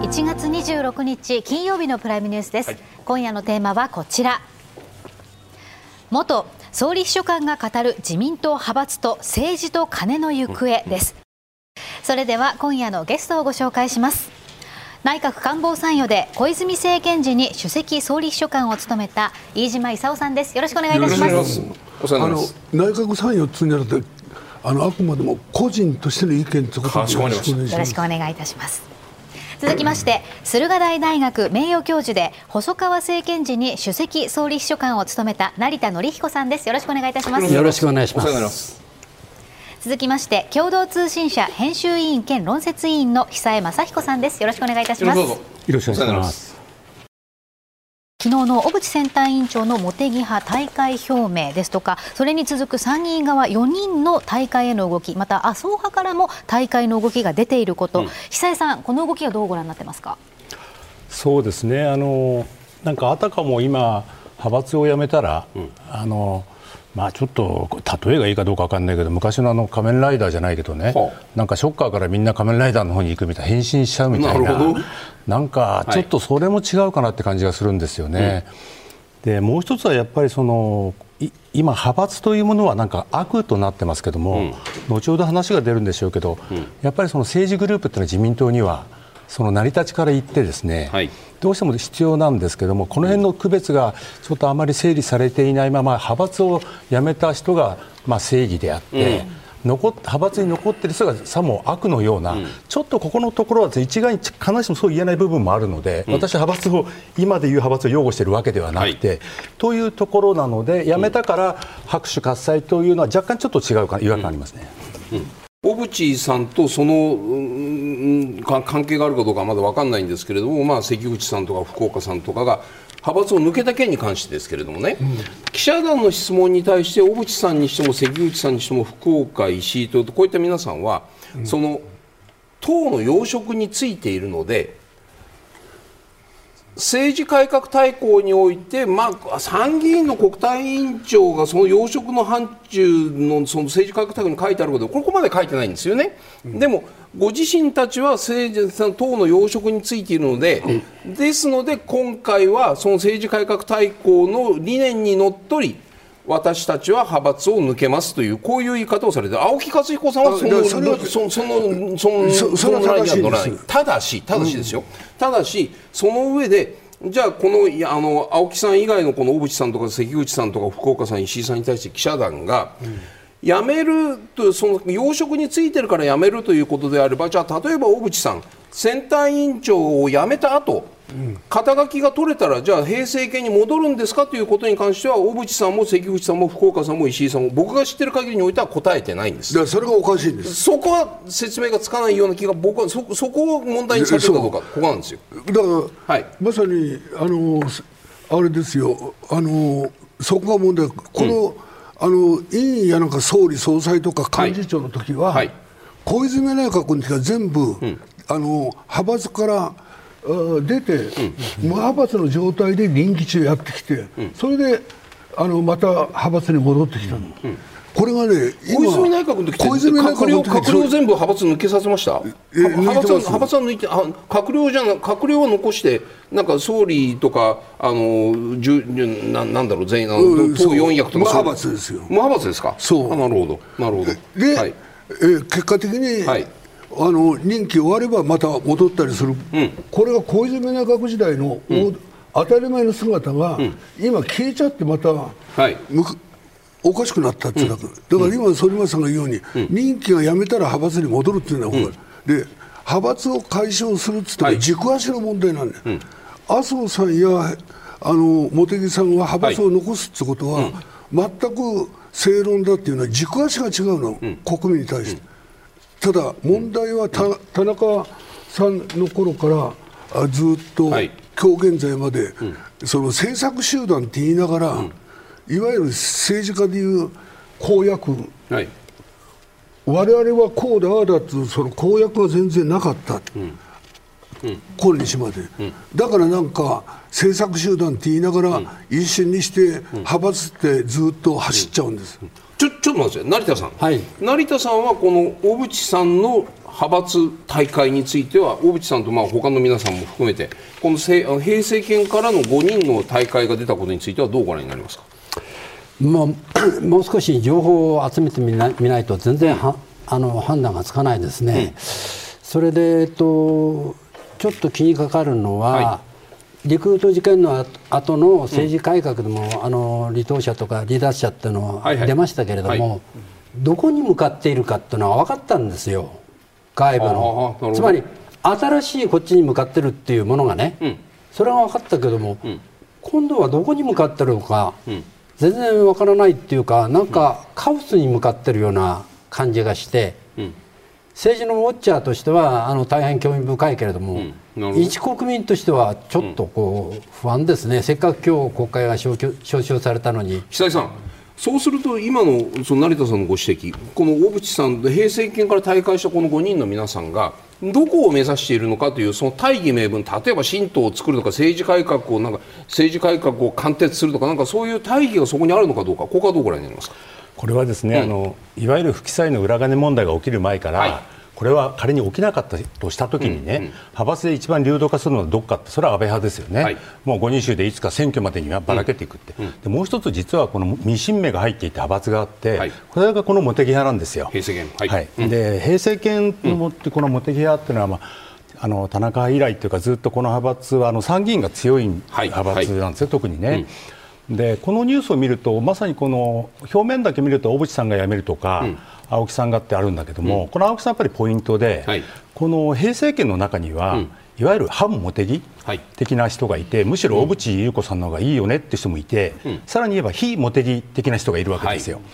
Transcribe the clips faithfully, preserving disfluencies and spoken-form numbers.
いちがつにじゅうろくにち金曜日のプライムニュースです、はい、今夜のテーマはこちら。元総理秘書官が語る自民党派閥と政治と金の行方です。それでは今夜のゲストをご紹介します。内閣官房参与で小泉政権時に首席総理秘書官を務めた飯島勲さんです。よろしくお願いいたします。 あの内閣参与つになるとあのあくまでも個人としての意見ということでよろしくお願いします。 よろしくお願いいたします。続きまして駿河台大学名誉教授で細川政権時に首席総理秘書官を務めた成田典彦さんです。よろしくお願いいたします。 よろしくお願いします。 続きまして共同通信社編集委員兼論説委員の久江雅彦さんです。よろしくお願いいたします。 よろしくお願いします。 昨日の小渕選対委員長の茂木派退会表明ですとか、それに続く参議院側よにんの退会への動き、また麻生派からも退会の動きが出ていること、うん、久江さん、この動きはどうご覧になってますか？ そうですね、あのなんかあたかも今派閥を辞めたら、うん、あのまあ、ちょっと例えがいいかどうか分かんないけど、昔のあの仮面ライダーじゃないけどね、はあ、なんかショッカーからみんな仮面ライダーの方に行くみたいな、変身しちゃうみたい な, な, なんかちょっとそれも違うかなって感じがするんですよね、うん、でもう一つはやっぱりその今派閥というものはなんか悪となってますけども、うん、後ほど話が出るんでしょうけど、うん、やっぱりその政治グループっていうのは自民党にはその成り立ちから言ってですね、はい、どうしても必要なんですけども、この辺の区別がちょっとあまり整理されていないまま、派閥を辞めた人がまあ正義であって、うん、残っ派閥に残っている人がさも悪のような、うん、ちょっとここのところは一概に必ずしもそう言えない部分もあるので、うん、私は派閥を今でいう派閥を擁護しているわけではなくて、はい、というところなので、辞めたから拍手喝采というのは若干ちょっと違うか違和感ありますね。 うんうん、小渕さんとその、うん、関係があるかどうかはまだ分かんないんですけれども、まあ、関口さんとか福岡さんとかが派閥を抜けた件に関してですけれどもね、うん、記者団の質問に対して小渕さんにしても関口さんにしても福岡、石井とこういった皆さんは、うん、その党の要職についているので、政治改革大綱において、まあ、参議院の国対委員長がその要職の範疇のその政治改革大綱に書いてあることで、ここまで書いてないんですよね、うん、でもご自身たちは政治党の要職についているので、うん、ですので今回はその政治改革大綱の理念にのっとり私たちは派閥を抜けますという、こういう言い方をされて、青木克彦さんはそのそのそのそのそのラインには乗らない。ただしただしですよ、うん、ただしその上で、じゃあこのあの青木さん以外のこの小渕さんとか関口さんとか福岡さん、石井さんに対して記者団が、うん、辞めると、その要職についてるから辞めるということであれば、じゃあ例えば小渕さん選対委員長を辞めた後、うん、肩書きが取れたらじゃあ平成系に戻るんですかということに関しては、小渕さんも関口さんも福岡さんも石井さんも僕が知ってる限りにおいては答えてないんです。 だからそれがおかしいんです。 そこは説明がつかないような気が、僕は そ, そこを問題にされるかどうか、ここなんですよ。 だから、はい、まさにあのあれですよ、あのそこが問題。この、うん、あの委員やなんか総理総裁とか幹事長の時は、はいはい、小泉内閣の時は全部、うん、あの派閥から出て、うん、無派閥の状態で任期中やってきて、うん、それであのまた派閥に戻ってきたの、うん、これがね、 小泉内閣の時って閣僚、閣僚全部派閥抜けさせました。派閥は派閥は抜いて、あ閣僚じゃな閣僚は残して、なんか総理とかあのじゅななんだろう全員あの党よん役とか、 無派閥ですよ。 無派閥ですか。そう。あ、なるほどなるほど。 で、はい、え結果的に、はい、あの任期終わればまた戻ったりする、うん、これが小泉内閣時代の、うん、当たり前の姿が、うん、今消えちゃってまた、はい、おかしくなったっていうだけ、うん、だから今反町さんが言うように、うん、任期が辞めたら派閥に戻るっていうのは、うん、で派閥を解消するって言っても軸足の問題なんだよ、はい、麻生さんやあの茂木さんは派閥を残すってことは、はい、全く正論だっていうのは軸足が違うの、うん、国民に対して、うん、ただ問題はた、うん、田中さんの頃からあずっと、はい、今日現在まで、うん、その政策集団って言いながら、うん、いわゆる政治家でいう公約、はい、我々はこうだああだというその公約が全然なかった、うんうん、今日まで、うん、だからなんか政策集団って言いながら、うん、一瞬にして派閥ってずっと走っちゃうんです、 うんうん、ちょ, ちょっと待ってください、成田さん、はい、成田さんはこの小渕さんの派閥大会については小渕さんとまあ他の皆さんも含めてこの平成権からのごにんの大会が出たことについてはどうご覧になりますか。 もう、もう少し情報を集めてみな、みないと全然はあの判断がつかないですね、うん、それで、えっと、ちょっと気にかかるのは、はい、リクルート事件の後の政治改革でも、うん、あの離党者とか離脱者っていうのは出ましたけれども、はいはい、どこに向かっているかっていうのは分かったんですよ、外部の。つまり新しいこっちに向かってるっていうものがね、うん、それは分かったけども、うん、今度はどこに向かってるのか、うん、全然分からないっていうか、なんかカオスに向かってるような感じがして、うん、政治のウォッチャーとしてはあの大変興味深いけれども、うん、一国民としてはちょっとこう不安ですね、せっかく今日国会が招集されたのに。 久井さん、そうすると今のその成田さんのご指摘、この小渕さんで平成権から退会したこのごにんの皆さんがどこを目指しているのかというその大義名分、例えば新党を作るとか政治改革をなんか政治改革を貫徹するとか、なんかそういう大義がそこにあるのかどうか、ここはどうご覧になりますか。 これはですね、うん、あのいわゆる不記載の裏金問題が起きる前から、はい、これは仮に起きなかったとしたときにね、うんうん、派閥で一番流動化するのはどこかって、それは安倍派ですよね、はい、もうごにん衆でいつか選挙までにはばらけていくって、うんうん、でもう一つ実はこのミシン目が入っていた派閥があって、はい、これがこの茂木派なんですよ。 平成権、 はいはい、うん、で平成権のもってこの茂木派っていうのは、まあ、あの田中以来というかずっとこの派閥はあの参議院が強い派閥なんですよ、はい、特にね、うんでこのニュースを見るとまさにこの表面だけ見ると小渕さんが辞めるとか、うん、青木さんがってあるんだけども、うん、この青木さんやっぱりポイントで、はい、この平成権の中には、うん、いわゆる反茂木的な人がいて、むしろ小渕優子さんの方がいいよねって人もいて、うん、さらに言えば非茂木的な人がいるわけですよ、はい、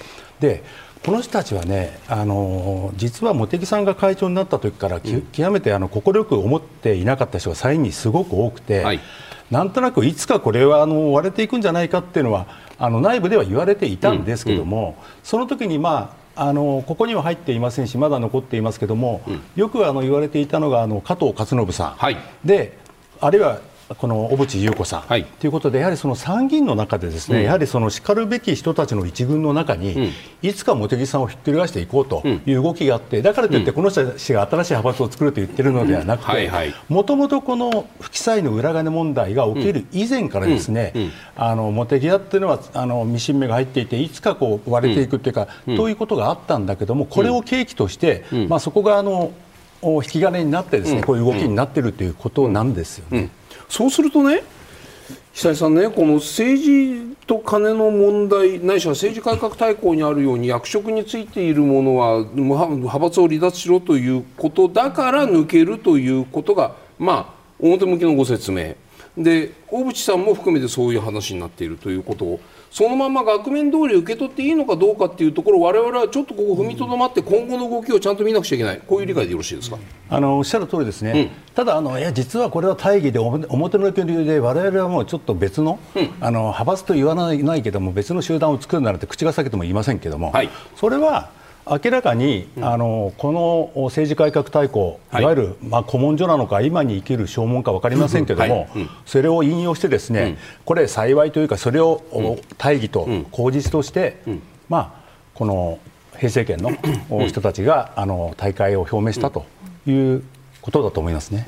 でこの人たちはね、あの実は茂木さんが会長になった時から、うん、極めてあの心よく思っていなかった人が際にすごく多くて、はい、なんとなくいつかこれはあの割れていくんじゃないかっていうのはあの内部では言われていたんですけども、うんうん、その時に、まあ、あのここには入っていませんしまだ残っていますけども、うん、よくあの言われていたのがあの加藤勝信さん、はい、であるいはこの小渕優子さん、はい、ということでやはりその参議院の中でですね、うん、やはりそのしかるべき人たちの一軍の中に、うん、いつか茂木さんをひっくり返していこうという動きがあって、だからといってこの人たちが新しい派閥を作ると言っているのではなくて、もともとこの不記載の裏金問題が起きる以前からですね、うんうん、あの茂木派っていうのはあのミシン目が入っていていつかこう割れていくというか、うん、ということがあったんだけども、これを契機として、うん、まあ、そこがあの引き金になってですね、うん、こういう動きになっているということなんですよね、うんうん、 そうするとね、久井さんね、この政治と金の問題ないしは政治改革大綱にあるように役職についているものは派閥を離脱しろということだから抜けるということが、まあ、表向きのご説明で、小渕さんも含めてそういう話になっているということをそのまま額面通り受け取っていいのかどうかというところを我々はちょっとここ踏みとどまって今後の動きをちゃんと見なくちゃいけない、こういう理解でよろしいですか。 あのおっしゃる通りですね、うん、ただあのいや実はこれは大義で表の理由で我々はもうちょっと別の、うん、あの派閥と言わない、ないけども別の集団を作るならって口が裂けても言いませんけども、はい、それは明らかに、うん、あのこの政治改革大綱、はい、いわゆる、まあ、古文書なのか今に生きる証文か分かりませんけども、はい、うん、それを引用してですね、うん、これ幸いというかそれを、うん、大義と口実として、うん、まあ、この平成権の人たちがあの大会を表明したということだと思いますね。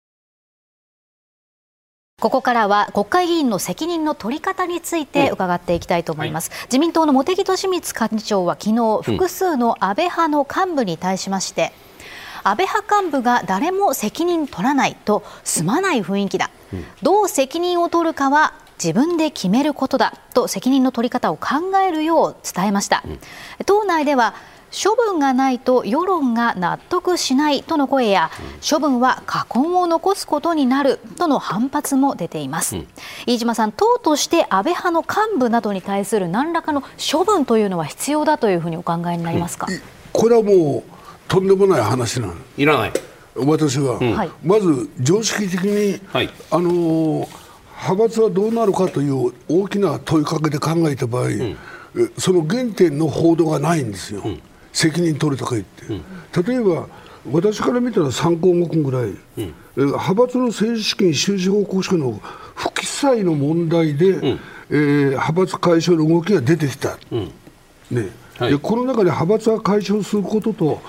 ここからは国会議員の責任の取り方について伺っていきたいと思います、うん、はい、自民党の茂木敏充幹事長は昨日複数の安倍派の幹部に対しまして、うん、安倍派幹部が誰も責任取らないと済まない雰囲気だ、うん、どう責任を取るかは自分で決めることだと責任の取り方を考えるよう伝えました、うん、党内では処分がないと世論が納得しないとの声や、処分は禍根を残すことになるとの反発も出ています、うん、飯島さん、党として安倍派の幹部などに対する何らかの処分というのは必要だというふうにお考えになりますか。うん、 これはもうとんでもない話なの。 いらない。 私は、うん、まず常識的に、はい、あのー、派閥はどうなるかという大きな問いかけで考えた場合、うん、その原点の報道がないんですよ、うん、責任取れとか言って、うん、例えば私から見たらさん項目ぐらい、うん、派閥の政治資金収支報告書の不記載の問題で、うん、えー、派閥解消の動きが出てきた、うん、ね、はい、でこの中で派閥が解消することと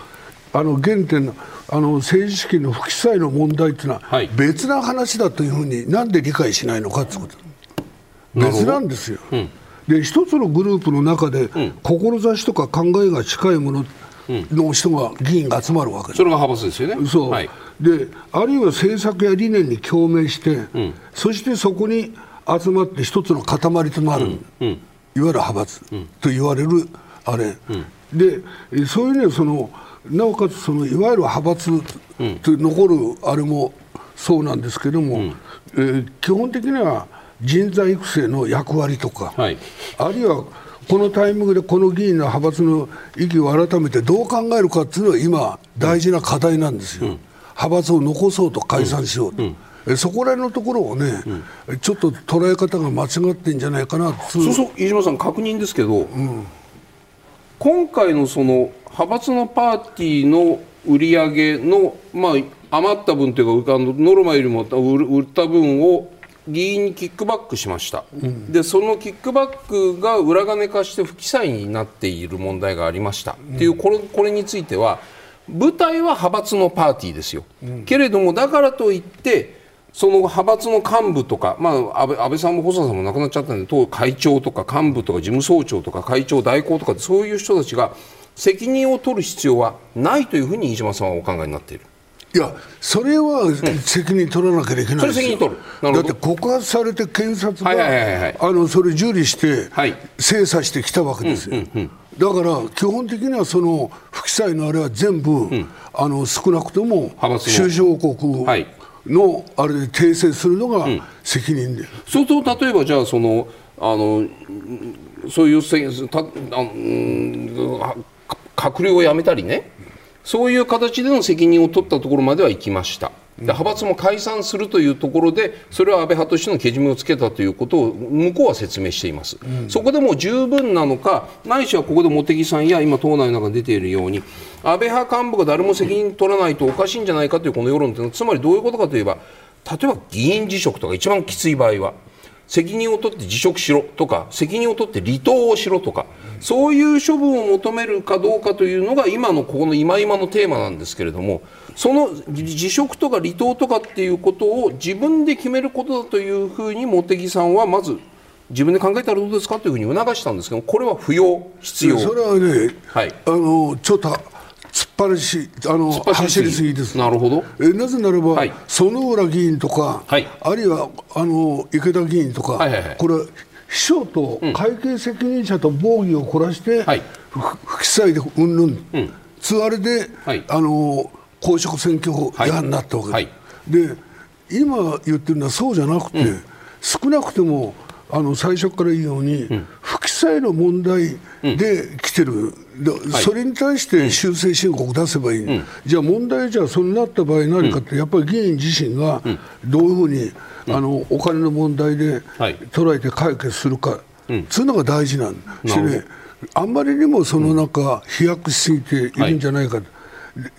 あの原点のあの政治資金の不記載の問題というのは別な話だというふうになんで理解しないのかということ、別なんですよ。うん、で一つのグループの中で、うん、志とか考えが近いものの人が議員が集まるわけです。 それが派閥ですよね。 そう、はい、であるいは政策や理念に共鳴して、うん、そしてそこに集まって一つの塊となる、うんうん、いわゆる派閥と言われるあれ、うん、でそういうねそのなおかつそのいわゆる派閥と残るあれもそうなんですけども、うん、えー、基本的には人材育成の役割とか、はい、あるいはこのタイミングでこの議員の派閥の意義を改めてどう考えるかっていうのは今大事な課題なんですよ、うん、派閥を残そうと解散しようと、うんうん、そこら辺のところをね、うん、ちょっと捉え方が間違ってんじゃないかなと。 そうそう、飯島さん確認ですけど、うん、今回のその派閥のパーティーの売り上げの、まあ、余った分というかノルマよりも売った分を議員にキックバックしました、うん、でそのキックバックが裏金化して不記載になっている問題がありました、うん、っていうこれ、これについては舞台は派閥のパーティーですよ、うん、けれどもだからといってその派閥の幹部とか、まあ、安倍、安倍さんも細田さんも亡くなっちゃったんで党会長とか幹部とか事務総長とか会長代行とかそういう人たちが責任を取る必要はないというふうに飯島さんはお考えになっている。 いやそれは責任取らなきゃいけないですよ、うん、それ責任取る。なるほど。だって告発されて検察がそれ受理して精査してきたわけですよ、うんうんうん、だから基本的にはその不記載のあれは全部、うん、あの少なくとも収支報告のあれで訂正するのが責任で、うん、 そうすると例えばじゃあそのあのそういうたあの閣僚を辞めたりね、そういう形での責任を取ったところまでは行きました。で派閥も解散するというところでそれは安倍派としてのけじめをつけたということを向こうは説明しています、うん、そこでもう十分なのかないしはここで茂木さんや今党内の中に出ているように安倍派幹部が誰も責任取らないとおかしいんじゃないかというこの世論というのはつまりどういうことかといえば例えば議員辞職とか一番きつい場合は責任を取って辞職しろとか責任を取って離党をしろとかそういう処分を求めるかどうかというのが今のここの今今のテーマなんですけれどもその辞職とか離党とかっていうことを自分で決めることだというふうに茂木さんはまず自分で考えたらどうですかというふうに促したんですけどこれは不要必要それはね、はい、あのちょっと突っ張りしあの走りすぎです。 なるほど。 えなぜならば、はい、薗浦議員とか、はい、あるいはあの池田議員とか、はいはいはい、これ秘書と会計責任者と防御を凝らして、うん、不記載でうんぬん、うん、つあれで、はい、あの公職選挙法違反になったわけです、はいはい、で今言ってるのはそうじゃなくて、うん、少なくてもあの最初から言うように、うん、不記載の問題で来てる、うん、それに対して修正申告出せばいい、うん、じゃあ問題じゃあそうなった場合何かって、うん、やっぱり議員自身がどういうふうに、うん、あのお金の問題で捉えて解決するか、うん、そういうのが大事なんで、ね、あんまりにもその中飛躍しすぎているんじゃないか、はい、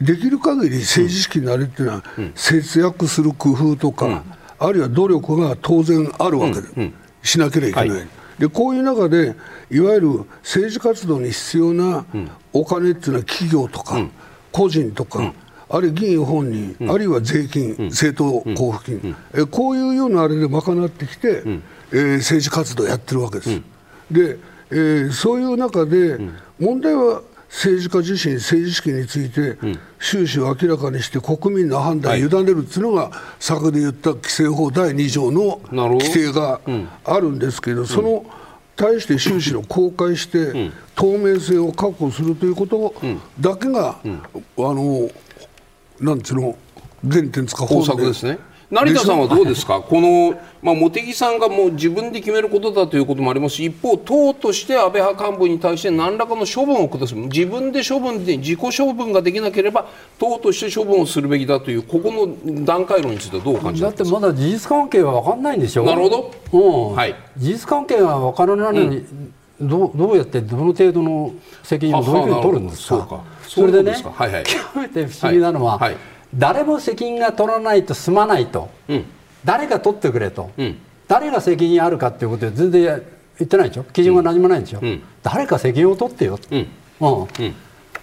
できる限り政治資金のあれっていうのは、うん、節約する工夫とか、うん、あるいは努力が当然あるわけで、うんうんしなければいけない、はい、でこういう中でいわゆる政治活動に必要なお金っていうのは企業とか、うん、個人とか、うん、あるいは議員本人、うん、あるいは税金、うん、政党交付金、うん、えこういうようなあれで賄ってきて、うんえー、政治活動をやってるわけです、うん、で、えー、そういう中で、うん、問題は政治家自身政治資金について収支を明らかにして国民の判断に委ねるというのが、はい、先で言った規正法だいに条の規定があるんですけど、うん、その対して収支を公開して、うん、透明性を確保するということだけが、うん、あのなんつうの原点つか方策ですね。成田さんはどうですかこの、まあ、茂木さんがもう自分で決めることだということもありますし一方党として安倍派幹部に対して何らかの処分を下す自分で処分で自己処分ができなければ党として処分をするべきだというここの段階論についてはどう感じますか。 だってまだ事実関係は分からないんでしょ。 なるほど、 うんはい、事実関係が分からないのに、うん、ど, どうやってどの程度の責任をどういうふうに取るんですか。 そうかそれでね、 はいはい、 極めて不思議なのは、はいはい誰も責任が取らないと済まないと、うん、誰が取ってくれと、うん、誰が責任あるかということで全然言ってないでしょ。基準が何もないんですよ、うん、誰か責任を取ってよ、うんうんうん、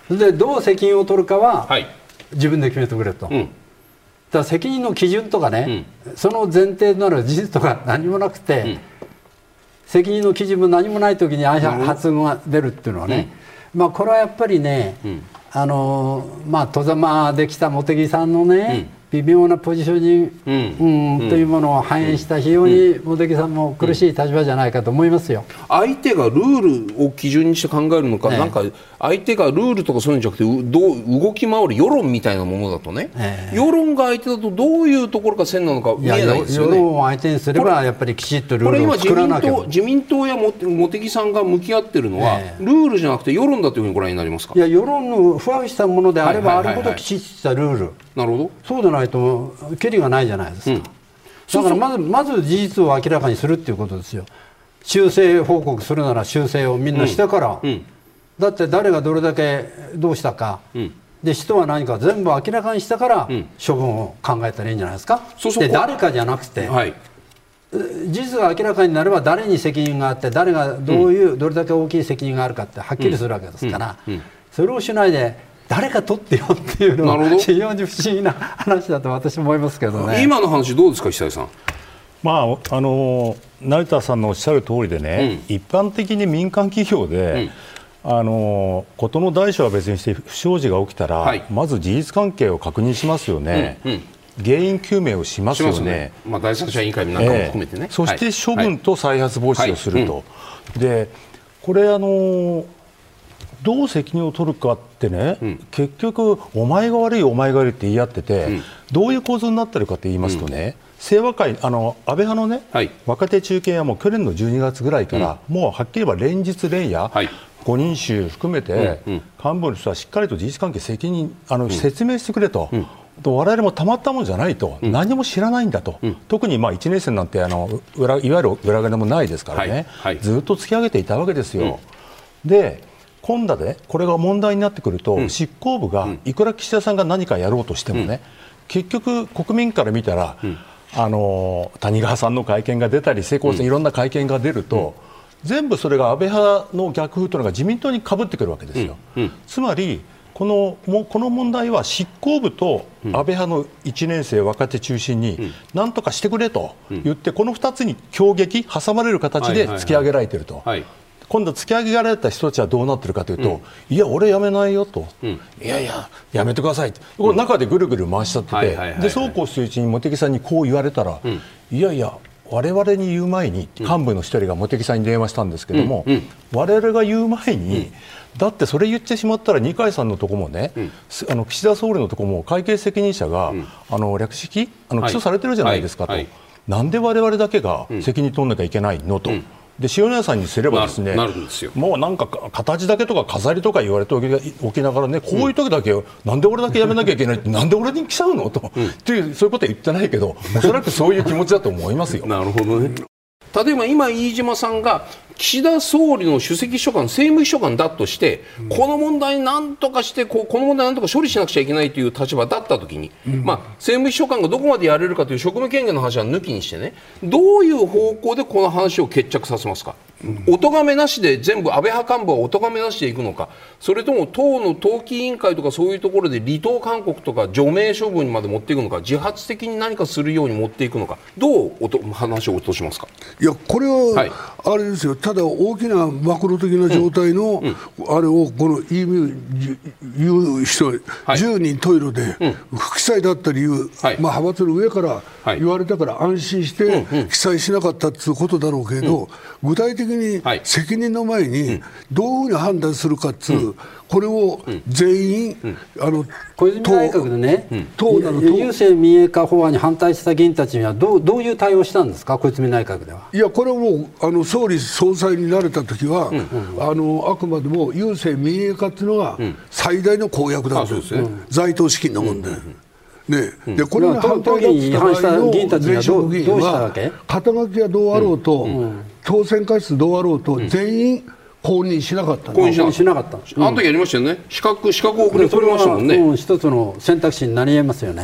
でどう責任を取るかは、 はい、 自分で決めてくれと、うん、だから責任の基準とかね、うん、その前提となる事実とか何もなくて、うん、責任の基準も何もない時に発言が出るっていうのはね、うん、まあこれはやっぱりね、うん、あのまあ戸ざまできた茂木さんのね、うん微妙なポジショニング、うんうん、というものを反映した非常に茂木さんも苦しい立場じゃないかと思いますよ。 相手がルールを基準にして考えるのか、ね、なんか相手がルールとかそういうんじゃなくてどう動き回る世論みたいなものだとね、えー、世論が相手だとどういうところが線なのか見えないですよね。 世論を相手にすればやっぱりきちっとルールを作らなきゃ。 これ今自民党、自民党や茂木さんが向き合ってるのは、えー、ルールじゃなくて世論だというふうにご覧になりますか。 いや世論のふわしたものであればあるほどきちっとしたルール、 なるほど。 そうでないと権利がないじゃないですか、うん、だからまず、まず事実を明らかにするっていうことですよ。修正報告するなら修正をみんなしてから、うんうん、だって誰がどれだけどうしたか、うん、で人は何か全部明らかにしたから、うん、処分を考えたらいいんじゃないですか。そうそうで誰かじゃなくて、はい、事実が明らかになれば誰に責任があって誰がどういう、うん、どれだけ大きい責任があるかってはっきりするわけですから、うんうんうん、それをしないで誰か取ってよっていうのは非常に不思議な話だと私は思いますけどね。 今の話どうですか久井さん。 まああの成田さんのおっしゃる通りでね、うん、一般的に民間企業で、うん、あの事の大小は別にして不祥事が起きたら、はい、まず事実関係を確認しますよね、うんうん、原因究明をしますよ ね, ね、 まあ、第三者委員会なんかも含めてね、 えー、そして処分と再発防止をすると、はいはいうん、でこれあのどう責任を取るかってね、うん、結局お前が悪いお前が悪いって言い合ってて、うん、どういう構図になってるかって言いますとね、うん、清和会あの安倍派のね、はい、若手中堅はもう去年のじゅうにがつぐらいから、うん、もうはっきり言えば連日連夜、はい、ごにん衆含めて、うんうん、幹部の人はしっかりと事実関係責任あの、うん、説明してくれと、うん、と我々もたまったもんじゃないと、うん、何も知らないんだと、うん、特にまあいちねん生なんてあの裏いわゆる裏金もないですからね、はいはい、ずっと突き上げていたわけですよ、うん、で今度でこれが問題になってくると、うん、執行部がいくら岸田さんが何かやろうとしてもね、うん、結局国民から見たら、うん、あの谷川さんの会見が出たり世耕さん、うん、いろんな会見が出ると、うん、全部それが安倍派の逆風というのが自民党にかぶってくるわけですよ、うんうん、つまりこの、もこの問題は執行部と安倍派のいちねん生若手中心に何とかしてくれと言って、このふたつに挟撃挟まれる形で突き上げられていると、今度突き上げられた人たちはどうなってるかというと、うん、いや俺やめないよと、うん、いやいややめてくださいと、うん、これ中でぐるぐる回しちゃってて、でそうこうするうちに茂木さんにこう言われたら、うん、いやいや我々に言う前に幹部の一人が茂木さんに電話したんですけども、うんうん、我々が言う前に、うん、だってそれ言ってしまったら二階さんのとこもね、うん、あの岸田総理のとこも会計責任者が、うん、あの略式あの起訴されてるじゃないですかと、はいはいはい、なんで我々だけが責任取んなきゃいけないのと、うんで塩谷さんにすればですね、もうなんか形だけとか飾りとか言われておきながらね、こういう時だけ、うん、なんで俺だけやめなきゃいけないって、なんで俺に来ちゃうのと、うん、っていうそういうことは言ってないけど、おそらくそういう気持ちだと思いますよ。 なるほどね。例えば今飯島さんが岸田総理の首席秘書官政務秘書官だとして、うん、この問題なんとかしてこ, この問題なんとか処理しなくちゃいけないという立場だったときに、うん、まあ、政務秘書官がどこまでやれるかという職務権限の話は抜きにしてね、どういう方向でこの話を決着させますか。お咎めなしで全部安倍派幹部はお咎めなしでいくのか、それとも党の党紀委員会とかそういうところで離党勧告とか除名処分にまで持っていくのか、自発的に何かするように持っていくのか、どうおと話を落としますか。 いやこれはあれですよ、ただ大きなマクロ的な状態の、うんうん、あれをこの言う人、はい、じゅうにんトイレで不記載だった理由、はい、まあ、派閥の上から言われたから安心して記載しなかったということだろうけど、うん、具体的に責任の前にどういうふうに判断するかっていう、うん、これを全員、うん、あの小泉内閣でね、うん、郵政民営化法案に反対した議員たちにはどう、どういう対応したんですか、小泉内閣では。 いやこれはもうあの総理総裁になれた時は、うん、あのあくまでも郵政民営化っていうのが最大の公約だと、うん、在党資金の問題、うんね、でこれに反対だった場合の現職議員は肩書きはどうあろうと、うんうん、当選回数どうあろうと、うん、全員公認しなかった公認しなかった、 うん、あの時やりましたよね、資格資格を送り取りましたもんね、 うん、一つの選択肢になり得ますよね。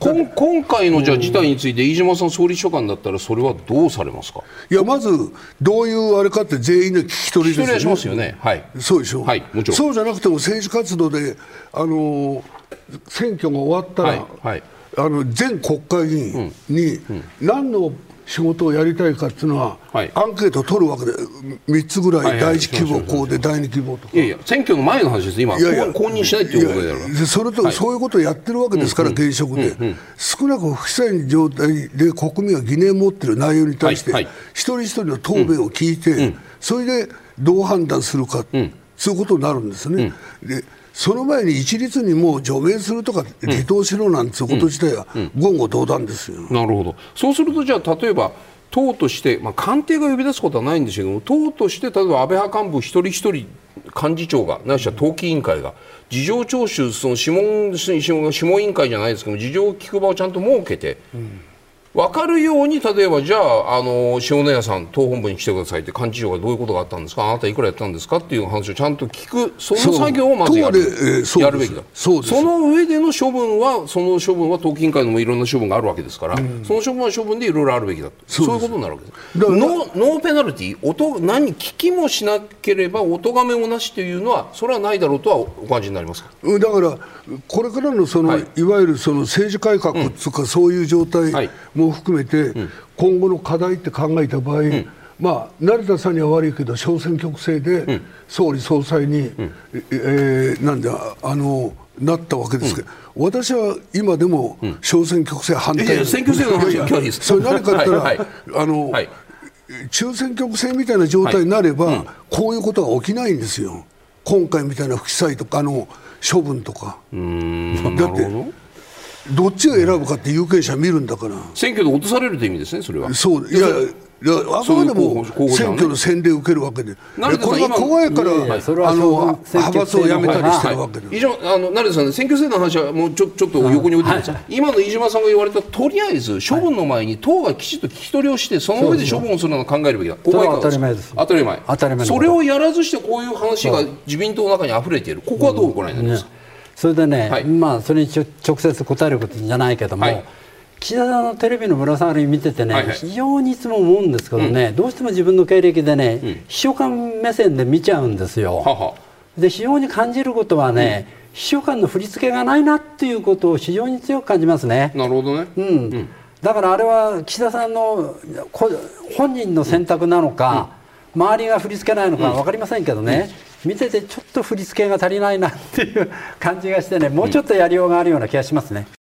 今今回のじゃあ事態について飯島さん総理秘書官だったらそれはどうされますか。 いやまずどういうあれかって全員の聞き取りですよね。 聞き取りはしますよね。はい。 そうでしょう。 はい、もちろん。 そうじゃなくても政治活動であの選挙が終わったら、はいはい、あの全国会議員に何の仕事をやりたいかっていうのは、はい、アンケートを取るわけでみっつぐらい、だいいち希望こうでだいに希望とか。 いやいや選挙の前の話です。今いやいや公認しないっていうことだからそれと、はい、そういうことをやってるわけですから、うんうん、現職で、うんうん、少なく不記載状態で国民が疑念を持っている内容に対して、はいはい、一人一人の答弁を聞いて、うん、それでどう判断するか、うん、そういうことになるんですね、うん、でその前に一律にもう除名するとか離党しろなんてこと自体は言語道断ですよ、うんうん、 なるほど。そうするとじゃあ例えば党として、まあ、官邸が呼び出すことはないんですけども、党として例えば安倍派幹部一人一人幹事長がないしは党紀委員会が事情聴取、その諮問諮問委員会じゃないですけども事情を聞く場をちゃんと設けて、うん、分かるように例えばじゃあ、あの塩谷さん党本部に来てくださいって幹事長がどういうことがあったんですか、あなたいくらやったんですかっていう話をちゃんと聞く、その作業をまずやる、えー、やるべきだ。そ, その上での処分はその処分は党紀委員会のもいろんな処分があるわけですから、うん、その処分は処分でいろいろあるべきだと、そういうことになるわけです。ノー、ノーペナルティ音何聞きもしなければお咎めもなしというのはそれはないだろうとはお感じになりますか。 だからこれからのその、はい、いわゆるその政治改革とか、うん、そういう状態も含めて、はい、うん、今後の課題って考えた場合、うん、まあ、成田さんには悪いけど小選挙区制で、うん、総理総裁に、うん、えー、なんであのなったわけですけど、うん、私は今でも小選挙区制反対です。 選挙制の話は距離です。 それ何かって言ったら、はいはい、あの、はい、中選挙区制みたいな状態になれば、はい、うん、こういうことが起きないんですよ。今回みたいな不記載とかの処分とか。 うーん、だってどっちを選ぶかって有権者見るんだから。 選挙で落とされるという意味ですね、それは。 そう、いやいや、あくまでも選挙の洗礼を受けるわけで、これが怖いからあの派閥を辞めたりしてるわけで。 以上、あの成田さん、選挙制度の話はもうちょちょっと横に置いてください。今の飯島さんが言われたとりあえず処分の前に党がきちっと聞き取りをしてその上で処分をするのを考えるべきだ。 ここは当たり前です。 当たり前。当たり前。それをやらずしてこういう話が自民党の中に溢れている。ここはどうご覧になりますか。 それでね、はい、まあそれに直接答えることじゃないけども、はい、岸田さんのテレビのぶら下がり見ててね、はいはい、非常にいつも思うんですけどね、うん、どうしても自分の経歴でね、うん、秘書官目線で見ちゃうんですよ。ははで非常に感じることはね、うん、秘書官の振り付けがないなっていうことを非常に強く感じますね。 なるほどね、 うんうん、だからあれは岸田さんの本人の選択なのか、うん、周りが振り付けないのか分かりませんけどね、うん、見ててちょっと振り付けが足りないなっていう感じがしてね、もうちょっとやりようがあるような気がしますね。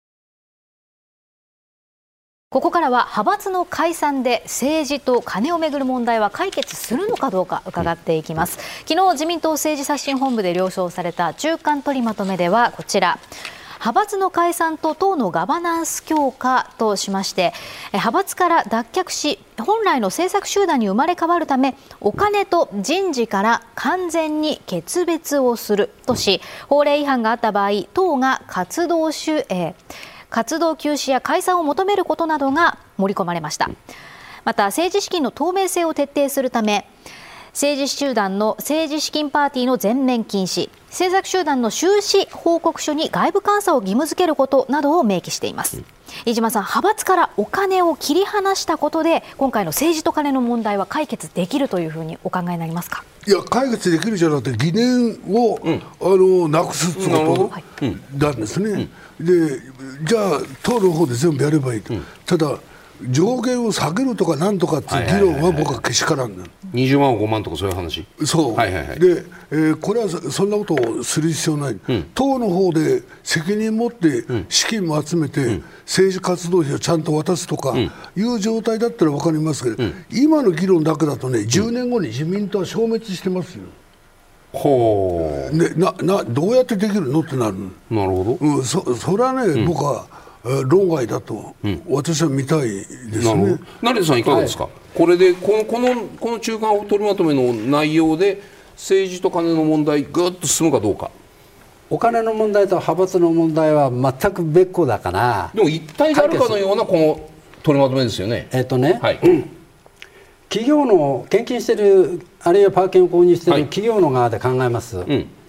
ここからは派閥の解散で政治と金をめぐる問題は解決するのかどうか伺っていきます。昨日自民党政治刷新本部で了承された中間取りまとめではこちら、派閥の解散と党のガバナンス強化としまして、派閥から脱却し本来の政策集団に生まれ変わるためお金と人事から完全に決別をするとし、法令違反があった場合党が活動し、えー活動休止や解散を求めることなどが盛り込まれました。また政治資金の透明性を徹底するため、政治集団の政治資金パーティーの全面禁止、政策集団の収支報告書に外部監査を義務付けることなどを明記しています。飯島さん、派閥からお金を切り離したことで今回の政治と金の問題は解決できるというふうにお考えになりますか。 いや、解決できるじゃなくて疑念を、うん、あのなくすということなんですね、うんうん、でじゃあ党の方で全部やればいいと、うん、ただ上限を下げるとかなんとかっていう議論は僕はけしからんねん。 にじゅうまんをごまんとかそういう話。 そう、はいはいはい、で、えー、これはそんなことをする必要ない、うん、党の方で責任を持って資金も集めて、うん、政治活動費をちゃんと渡すとかいう状態だったら分かりますけど、うん、今の議論だけだとね、じゅうねんごに自民党は消滅してますよ。 ほう、 ね、ななどうやってできるのってなる。 なるほど、 うん、そ, それはね、うん、僕は論外だと、うん、私は見たいですね。 成田さんいかがですか、はい、これでこの、この、この中間取りまとめの内容で政治と金の問題ぐっと進むかどうか。 お金の問題と派閥の問題は全く別個だから。 でも一体であるかのようなこの取りまとめですよね。 えっとね、 はい、 うん、企業の献金しているあるいはパー券を購入している企業の側で考えます、はい、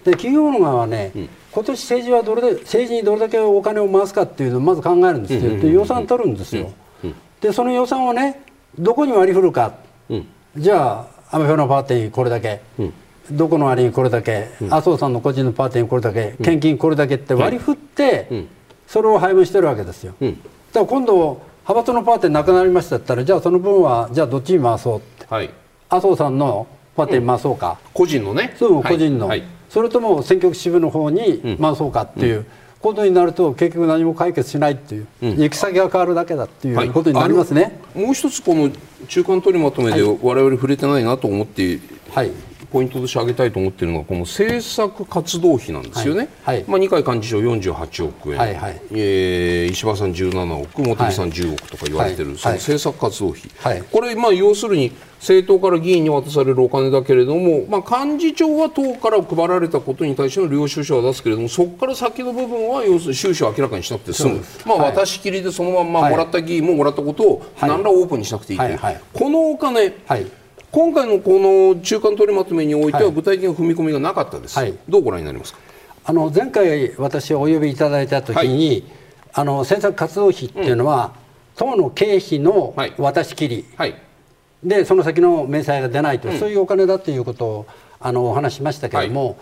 で企業の側はね、うん、今年政治はどれで政治にどれだけお金を回すかっていうのをまず考えるんですよ。で予算取るんですよ。うんうん、でその予算をねどこに割り振るか、うん、じゃあアメフのパーティーにこれだけ、うん、どこの割にこれだけ、うん、麻生さんの個人のパーティーにこれだけ、うん、献金これだけって割り振って、うん、それを配分してるわけですよ。うん、だから今度派閥のパーティーなくなりましたって言ったら、じゃあその分はじゃあどっちに回そうって、はい、麻生さんのパーティーに回そうか、うん、 個人のね、 そう個人の、はいはい、それとも選挙区支部の方に回そうかっていうことになると、結局何も解決しないっていう、うん、行き先が変わるだけだっていうことになりますね。 はい、もう一つこの中間取りまとめで我々触れてないなと思って、はい、ポイントとして挙げたいと思っているのがこの政策活動費なんですよね。はいはい、まあ、二階幹事長よんじゅうはちおくえん、はいはい、えー、石破さんじゅうななおく、茂木さんじゅうおくとか言われている、はい、その政策活動費、はい、これ、まあ、要するに政党から議員に渡されるお金だけれども、まあ、幹事長は党から配られたことに対しての領収書は出すけれども、そこから先の部分は要するに収支を明らかにしなくて済む、まあ、渡し切りでそのままもらった議員ももらったことを何らオープンにしなくていいという、はいはい、このお金、はい、今回のこの中間取りまとめにおいては具体的な踏み込みがなかったです、はい、どうご覧になりますか。 あの前回私お呼びいただいたときに、はい、あの政策活動費っていうのは、うん、党の経費の渡し切り、はいはい、でその先の明細が出ないと、うん、そういうお金だということをあのお話しましたけれども、はい、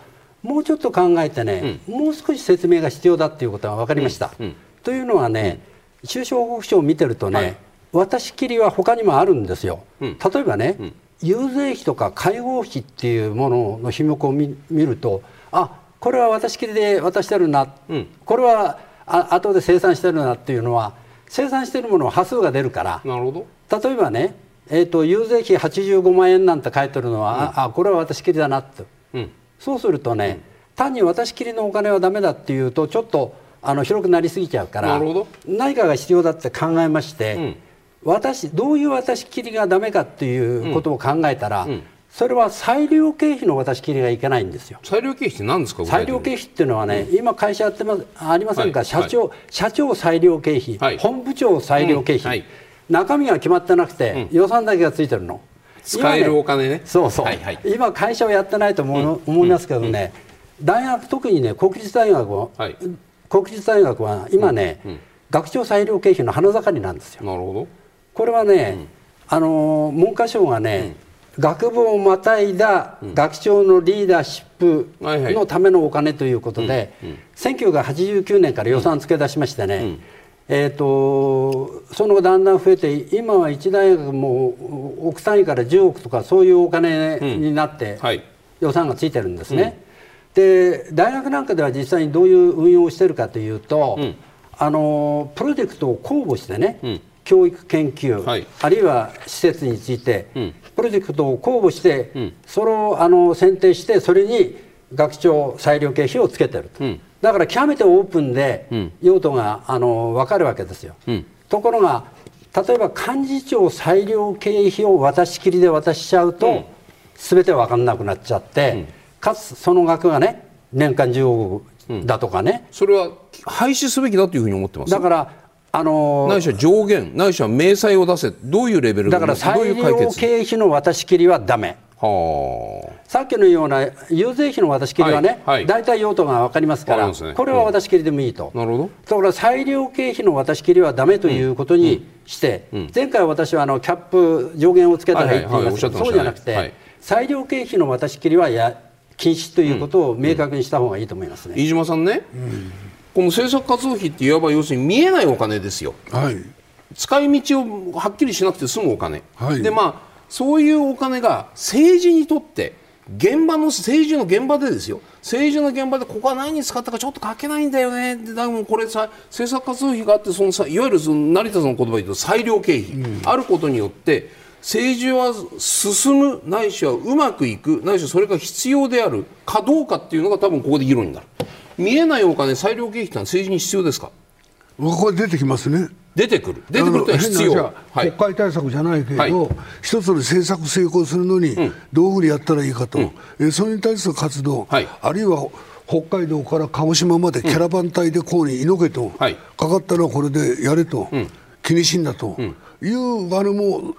もうちょっと考えてね、うん、もう少し説明が必要だということが分かりました。うんうん、というのはね、うん、収支報告書を見てるとね、はい、渡し切りは他にもあるんですよ。うん、例えばね、うん、遊説費とか会合費っていうものの費目を 見, 見ると、あ、これは渡し切りで渡してるな、うん、これはあ後で生産してるなっていうのは、生産してるものは端数が出るから。 なるほど。例えばね、えーと、遊説費はちじゅうごまんえんなんて書いてるのは、うん、ああこれは渡し切りだなと、うん、そうするとね、うん、単に渡し切りのお金はダメだっていうとちょっとあの広くなりすぎちゃうから、何かが必要だって考えまして、うん、私どういう渡し切りがダメかっていうことを考えたら、うんうん、それは裁量経費の渡し切りがいけないんですよ。 裁量経費って何ですか。 裁量経費っていうのはね、うん、今会社やってますありませんか、はい、社長、はい、社長裁量経費、はい、本部長裁量経費、うん、はい、中身が決まってなくて、うん、予算だけがついてるの。 使えるお金ね。 そうそう、はいはい、今会社をやってないと思う、うん、思いますけどね、うん、大学特にね国立大学は、はい、国立大学は今ね、うんうん、学長裁量経費の花盛りなんですよ。 なるほど。 これはね、うん、あの文科省がね、うん、学部をまたいだ学長のリーダーシップのためのお金ということで、うんうん、せんきゅうひゃくはちじゅうきゅうねんから予算付け出しましてね、うんうん、えー、とその後だんだん増えて、今はいち大学も億単位からじゅうおくとかそういうお金になって予算がついてるんですね。うん、で大学なんかでは実際にどういう運用をしているかというと、うん、あのプロジェクトを公募してね、うん、教育研究、はい、あるいは施設について、うん、プロジェクトを公募して、うん、それをあの選定してそれに学長裁量経費をつけてると。うん、だから極めてオープンで用途があの分かるわけですよ。うん、ところが例えば幹事長裁量経費を渡し切りで渡しちゃうと、うん、全て分かんなくなっちゃって、うん、かつその額がね年間じゅうおくだとかね、 うん、それは廃止すべきだというふうに思ってます。 だからあのー、 ないしは上限ないしは明細を出せ、どういうレベルだから裁量経費の渡し切りはダメ。はあ、さっきのような遊説費の渡し切りはね、はいはい、大体用途が分かりますから、ね、これは渡し切りでもいいと。 うん、なるほど。 だから裁量経費の渡し切りはダメということにして、うんうん、前回私はあのキャップ上限をつけたらいいって言いましたけど、そうじゃなくて、はい、裁量経費の渡し切りはや禁止ということを明確にした方がいいと思いますね。 飯島さんね、うん、この政策活動費っていわば要するに見えないお金ですよ。はい、使い道をはっきりしなくて済むお金、はい、でまあそういうお金が政治にとって現場の政治の現場でですよ、政治の現場でここは何に使ったかちょっと書けないんだよね。でだからこれさ政策活動費があって、そのさいわゆるその成田さんの言葉で言うと裁量経費、うん、あることによって政治は進むないしはうまくいくないしはそれが必要であるかどうかっていうのが多分ここで議論になる。見えないお金裁量経費ってのは政治に必要ですか。 ここ出てきますね。 出てくる出てくるとは必要、 はい、国会対策じゃないけど、はい、一つの政策成功するのにどういうふうにやったらいいかと、うん、えそれに対する活動、はい、あるいは北海道から鹿児島までキャラバン隊でこうに猪毛と、はい、かかったらこれでやれと、うん、気にしんだと、うん、いうあれも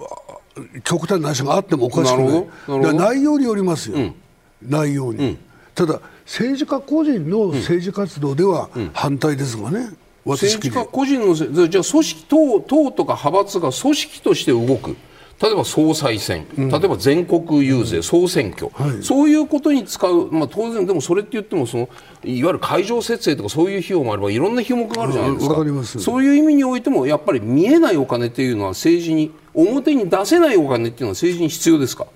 極端な話があってもおかしくない。だから内容によりますよ、うん、内容に、うん、 ただ政治家個人の政治活動では反対ですがね、うん、 政治家個人のじゃあ組織 党, 党とか派閥が組織として動く、例えば総裁選、うん、例えば全国遊説、総選挙、はい、そういうことに使う、まあ、当然でもそれって言ってもそのいわゆる会場設営とかそういう費用もあればいろんな費用があるじゃないですか。 わかります。 そういう意味においてもやっぱり見えないお金っていうのは政治に表に出せないお金っていうのは政治に必要ですか？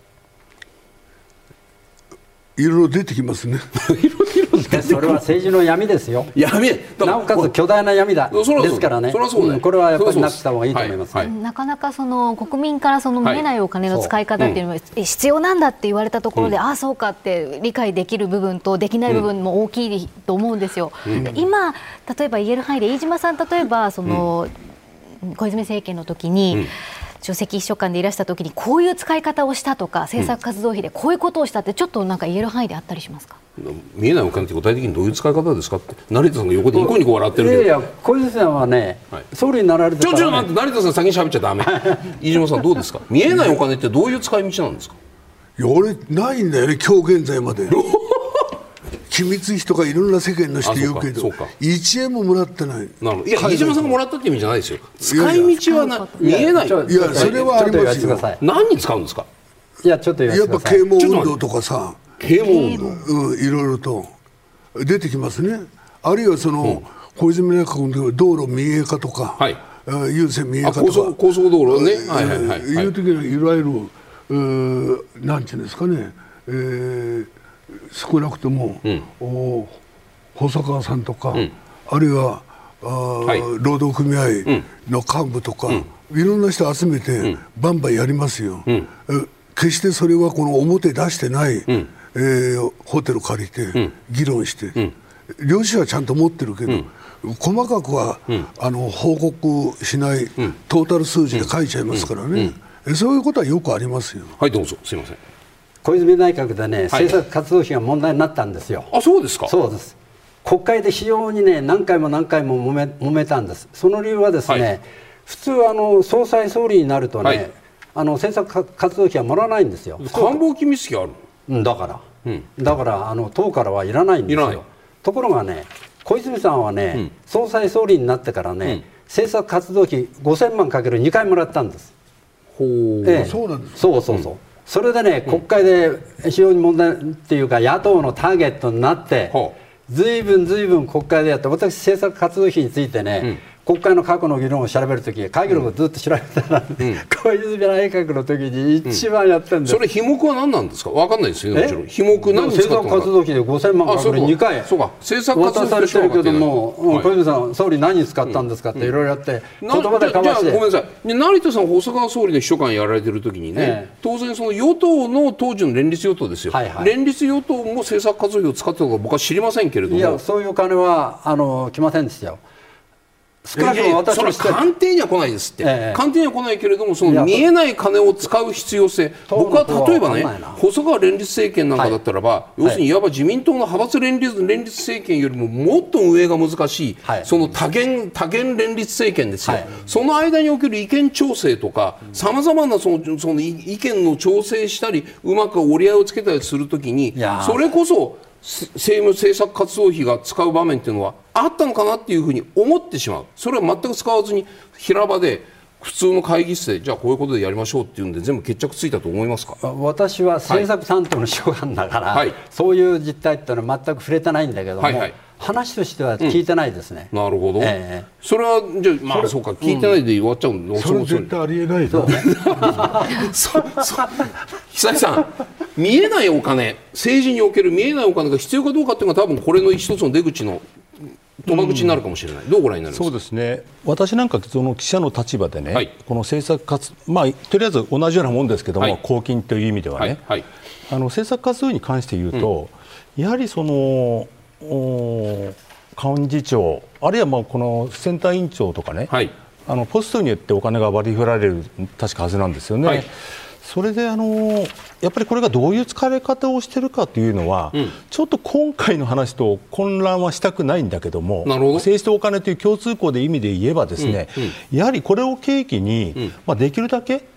いろいろ出てきますねそれは政治の闇ですよ。 闇なおかつ巨大な闇だですからね。これはやっぱりなくした方がいいと思います。 はいはい、なかなかその国民からその見えないお金の使い方っていうのは必要なんだって言われたところで、うん、ああそうかって理解できる部分とできない部分も大きいと思うんですよ。うん、今例えば言える範囲で飯島さん、例えばその、うん、小泉政権の時に、うん、首席秘書官でいらした時にこういう使い方をしたとか政策活動費でこういうことをしたってちょっとなんか言える範囲であったりしますか？ 見えないお金って具体的にどういう使い方ですかって成田さんが横でニコニコ笑ってるけど、 いやいや小泉さんはね、はい、総理になられてから、ね、 ちょちょ待って成田さん先に喋っちゃダメ飯島さんどうですか？見えないお金ってどういう使い道なんですか？ いや俺ないんだよね今日現在まで機密費とかいろんな世間の人言うけどいちえんももらってない。 なるほど。いや飯島さんがもらったって意味じゃないですよ。使い道はな見えない。いやそれはありますよ。 何に使うんですか？ いやちょっとやっぱ啓蒙運動とかさ、 啓蒙運動、 うん、いろいろと出てきますね。あるいはその、うん、小泉内閣の道路民営化とか、はい、郵政民営化とか高速、高速道路ね、はいはいはい、 いう時にはいわゆるなんていうんですかね、えー、少なくとも、うん、お細川さんとか、うん、あるいはあ、はい、労働組合の幹部とか、うん、いろんな人集めて、うん、バンバンやりますよ。うん、決してそれはこの表出してない、うんえー、ホテル借りて、うん、議論して、うん、領収はちゃんと持ってるけど、うん、細かくは、うん、あの報告しない、うん、トータル数字で書いちゃいますからね、うんうん、そういうことはよくありますよ。 はいどうぞすいません。 小泉内閣でね、政策活動費が問題になったんですよ。 あそうですか。 そうです。国会で非常にね何回も何回も揉め、揉めたんです。その理由はですね、はい、普通あの総裁総理になるとね、はい、あの政策活動費はもらわないんですよ。 官房機密費ある。 うんだから、うん、だからあの党からはいらないんですよ。ところがね小泉さんはね、うん、総裁総理になってからね、うん、政策活動費ごせんまんかけるにかいもらったんです。 ほう、ええ、そうなんです。 そうそうそう。うんそれでね、国会で非常に問題っていうか野党のターゲットになってずいぶんずいぶん国会でやって、私政策活動費についてね、うん国会の過去の議論を調べるとき会議録をずっと調べたら、うん、小泉内閣の時に一番やってるんです、 うん、それ費目は何なんですか？分かんないですよね。もちろん費目何に使ったのか。 政策活動費でごせんまんかけるにかいそうか政策活動費渡されてるけども、はい、小泉さん総理何に使ったんですかっていろいろやって、うん、言葉でかまして。 じゃあごめんなさい。成田さん細川総理の秘書官やられてる時にね、ええ、当然その与党の当時の連立与党ですよ、はいはい、連立与党も政策活動費を使ってたのか僕は知りませんけれども、 いやそういうお金はあの来ませんでしたよ。 少なくとも私は官邸には来ないですって、ええ、官邸には来ないけれどもその見えない金を使う必要性、僕は例えばね細川連立政権なんかだったらば、はい、要するにいわば自民党の派閥連立、連立政権よりももっと運営が難しい、はい、その多元、多元連立政権ですよ、はい、その間における意見調整とかさまざまなその、その意見の調整したりうまく折り合いをつけたりするときにそれこそ政務政策活動費が使う場面っていうのはあったのかなっていうふうに思ってしまう。それは全く使わずに平場で普通の会議室でじゃあこういうことでやりましょうっていうんで全部決着ついたと思いますか？ 私は政策担当の秘書官だから、はい、そういう実態っていうのは全く触れてないんだけども、はいはい、話としては聞いてないですね、 うん、なるほど、えー、それはじゃあまあそうか聞いてないで終わっちゃうの、 うん、それは絶対ありえないぞそそ久井さん見えないお金、政治における見えないお金が必要かどうかっていうのが多分これの一つの出口の賭場口になるかもしれない、うん、どうご覧になりますか？ そうですね、私なんかその記者の立場でね、はい、この政策活、まあ、とりあえず同じようなもんですけども、はい、公金という意味ではね、はいはい、あの政策活動に関して言うと、うん、やはりその幹事長あるいはまあこのセンター委員長とかね、はい、あのポストによってお金が割り振られる確かはずなんですよね、はい、それであのやっぱりこれがどういう使われ方をしているかというのは、うん、ちょっと今回の話と混乱はしたくないんだけども、なるほど、政治とお金という共通項で意味で言えばですね、うんうん、やはりこれを契機に、うん、まあ、できるだけ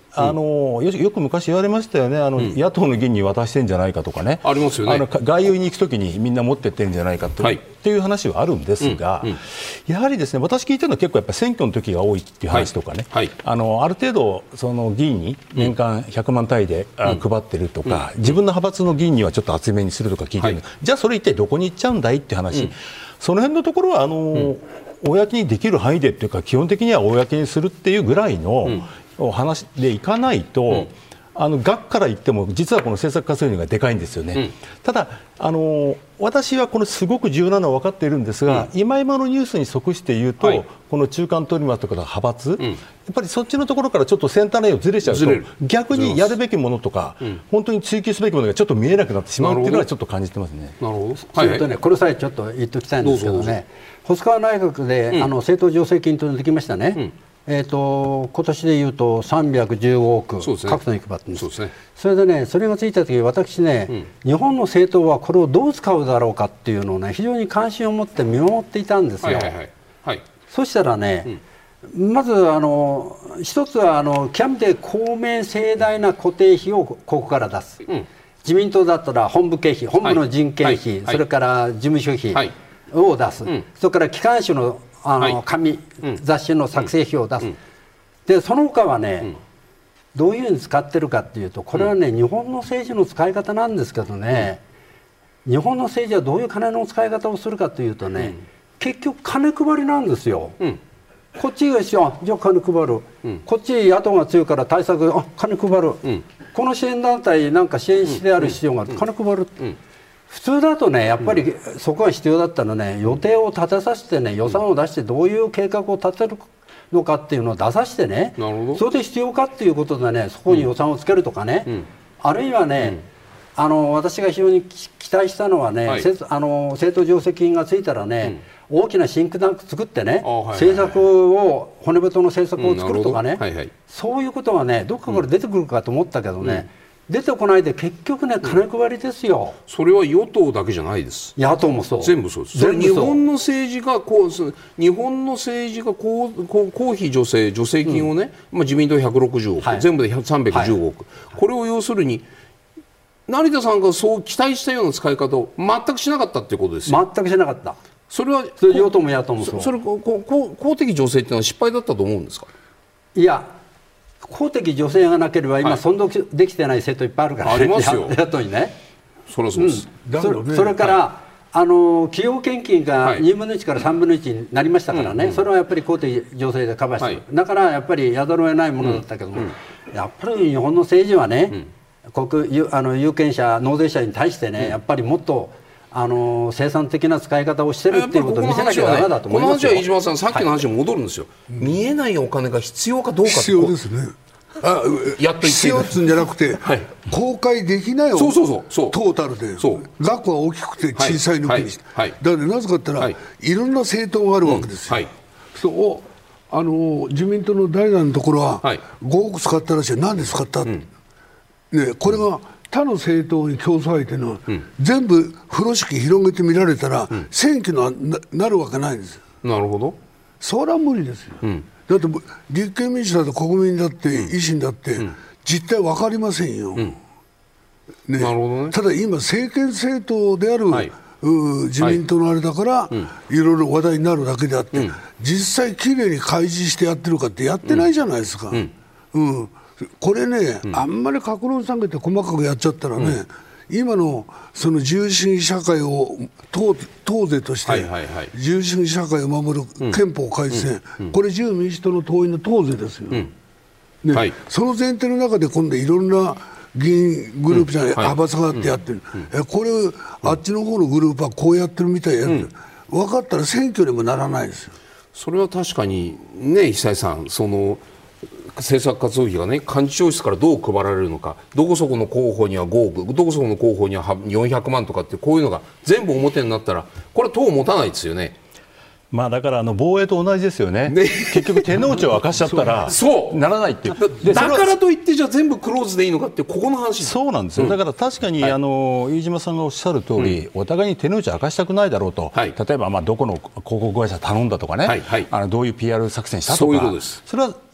あのよ, よく昔言われましたよね、あの、うん、野党の議員に渡してんじゃないかとかね、 ありますよね。あの外遊に行くときにみんな持ってってんじゃないかと、はい、っていう話はあるんですが、うんうん、やはりですね、私聞いてるのは結構やっぱ選挙の時が多いっていう話とかね、はいはい、あのある程度その議員に年間ひゃくまん単位で、うん、配ってるとか、うん、自分の派閥の議員にはちょっと厚めにするとか聞いてる、はい、じゃあそれ一体どこに行っちゃうんだいって話、うん、その辺のところはあの、うん、公にできる範囲でっていうか基本的には公にするっていうぐらいの、うんお話でいかないと、うん、あの学から言っても実はこの政策活動がでかいんですよね、うん、ただあの私はこのすごく重要なのは分かっているんですが、うん、今今のニュースに即して言うと、はい、この中間取りまとか派閥、うん、やっぱりそっちのところからちょっとセンターラインをずれちゃうと逆にやるべきものとか、うん、本当に追求すべきものがちょっと見えなくなってしまうというのはちょっと感じてますね。 なるほど。それとね、これさえちょっと言っておきたいんですけどね、細川内閣で、うん、あの政党助成金というのができましたね、うんえー、と今年でいうとさんびゃくじゅうごおく、ね、各党に配ってるんです。そうですね。それでね、それがついたとき、私ね、うん、日本の政党はこれをどう使うだろうかっていうのをね、非常に関心を持って見守っていたんですよ。はいはいはいはい、そしたらね、うん、まずあの一つはあの極めて公明正大な固定費をここから出す、うん、自民党だったら本部経費、本部の人件費、はいはい、それから事務所費を出す、はい、それから機関紙のあの、はい、紙、うん、雑誌の作成費を出す、うん、でその他はね、うん、どういうふうに使ってるかっていうと、これはね、うん、日本の政治の使い方なんですけどね、うん、日本の政治はどういう金の使い方をするかというとね、うん、結局金配りなんですよ、うん、こっちが一緒、じゃあ金配る、うん、こっち野党が強いから対策、あ金配る、うん、この支援団体なんか支援してある必要がある、うん、金配る、うん、普通だとね、やっぱりそこが必要だったのね、予定を立てさせてね、予算を出してどういう計画を立てるのかっていうのを出させてね、それで必要かっていうことでね、そこに予算をつけるとかね、うん、あるいはね、うん、あの私が非常に期待したのはね、はい、あの政党助成金がついたらね、うん、大きなシンクタンク作ってね、政策を、骨太の政策を作るとかね、うんはいはい、そういうことはね、どっかから出てくるかと思ったけどね、うん出てこないで結局ね、金配りですよ、 うん、それは与党だけじゃないです。 野党もそう。 全部そうです。それ日本の政治がこう、日本の政治がこう、こう公費助成、助成金をね、うんまあ、自民党ひゃくろくじゅうおく、はい、全部でさんびゃくじゅうごおく、はい、これを要するに、成田さんがそう期待したような使い方を全くしなかったということですよ。 全くしなかった。 それは、 それ与党も野党もそう。 そ, それこうこう公的助成というのは失敗だったと思うんですか。 いや公的助成がなければ今、はい、存続できてない政党いっぱいあるから、ね、 ありますよ野党にね。 それそうです、 うん、そ, それから、はい、あの企業献金がにぶんのいちからさんぶんのいちになりましたからね、はい、それはやっぱり公的助成でカバーしてる、はい、だからやっぱりやざるを得ないものだったけども、うんうん、やっぱり日本の政治はね、うん、国あの有権者納税者に対してね、うん、やっぱりもっとあの生産的な使い方をしてるっていうことを見せなきゃダメだと思いますよ。 この話は飯島さん、さっきの話に戻るんですよ、はい、見えないお金が必要かどうか必要ですね。あやっと必要っつうんじゃなくて、はい、公開できないをそうそうそうそうトータルで額は大きくて小さい抜きにして、はいはい、だからなぜかって言ったら、はい、いろんな政党があるわけですよ、うんはい、そうあの自民党の代打のところは、はい、ごおく使ったらしい。何で使った、うんね、これが他の政党に競争相手の、うん、全部風呂敷広げて見られたら、うん、選挙の な, なるわけないんですよ。 なるほど。 それは無理ですよ、うんだって立憲民主だって国民だって維新だって実態分かりませんよ、うんね、なるほどね。ただ今政権政党である、はい、自民党のあれだから、はい、いろいろ話題になるだけであって、うん、実際きれいに開示してやってるかってやってないじゃないですか、うんうんうん、これね、うん、あんまり各論下げて細かくやっちゃったらね、うん今のその自由主義社会を党是として自由主義社会を守る憲法改正、うんうん、これ自由民主党の党員の党是ですよ、うんねはい、その前提の中で今度いろんな議員グループじゃない、うんはい、派閥があってやってる、うんうん、これあっちの方のグループはこうやってるみたいや、うん、分かったら選挙にもならないですよ。 それは確かにね、久井さん、その政策活動費がね、幹事長室からどう配られるのか、どこそこの候補にはごおく、どこそこの候補にはよんひゃくまんとかって、こういうのが全部表になったら、これは党を持たないですよね。 まあだからあの防衛と同じですよね、ね結局、手の内を明かしちゃったらそうならないっていうだ, だからといって、じゃあ全部クローズでいいのかって、ここの話そうなんですよ、うん、だから確かに、はい、あの飯島さんがおっしゃる通り、うん、お互いに手の内を明かしたくないだろうと、はい、例えばまあどこの広告会社頼んだとかね、はいはい、あのどういう ピーアール 作戦したとか、そういうことです。それは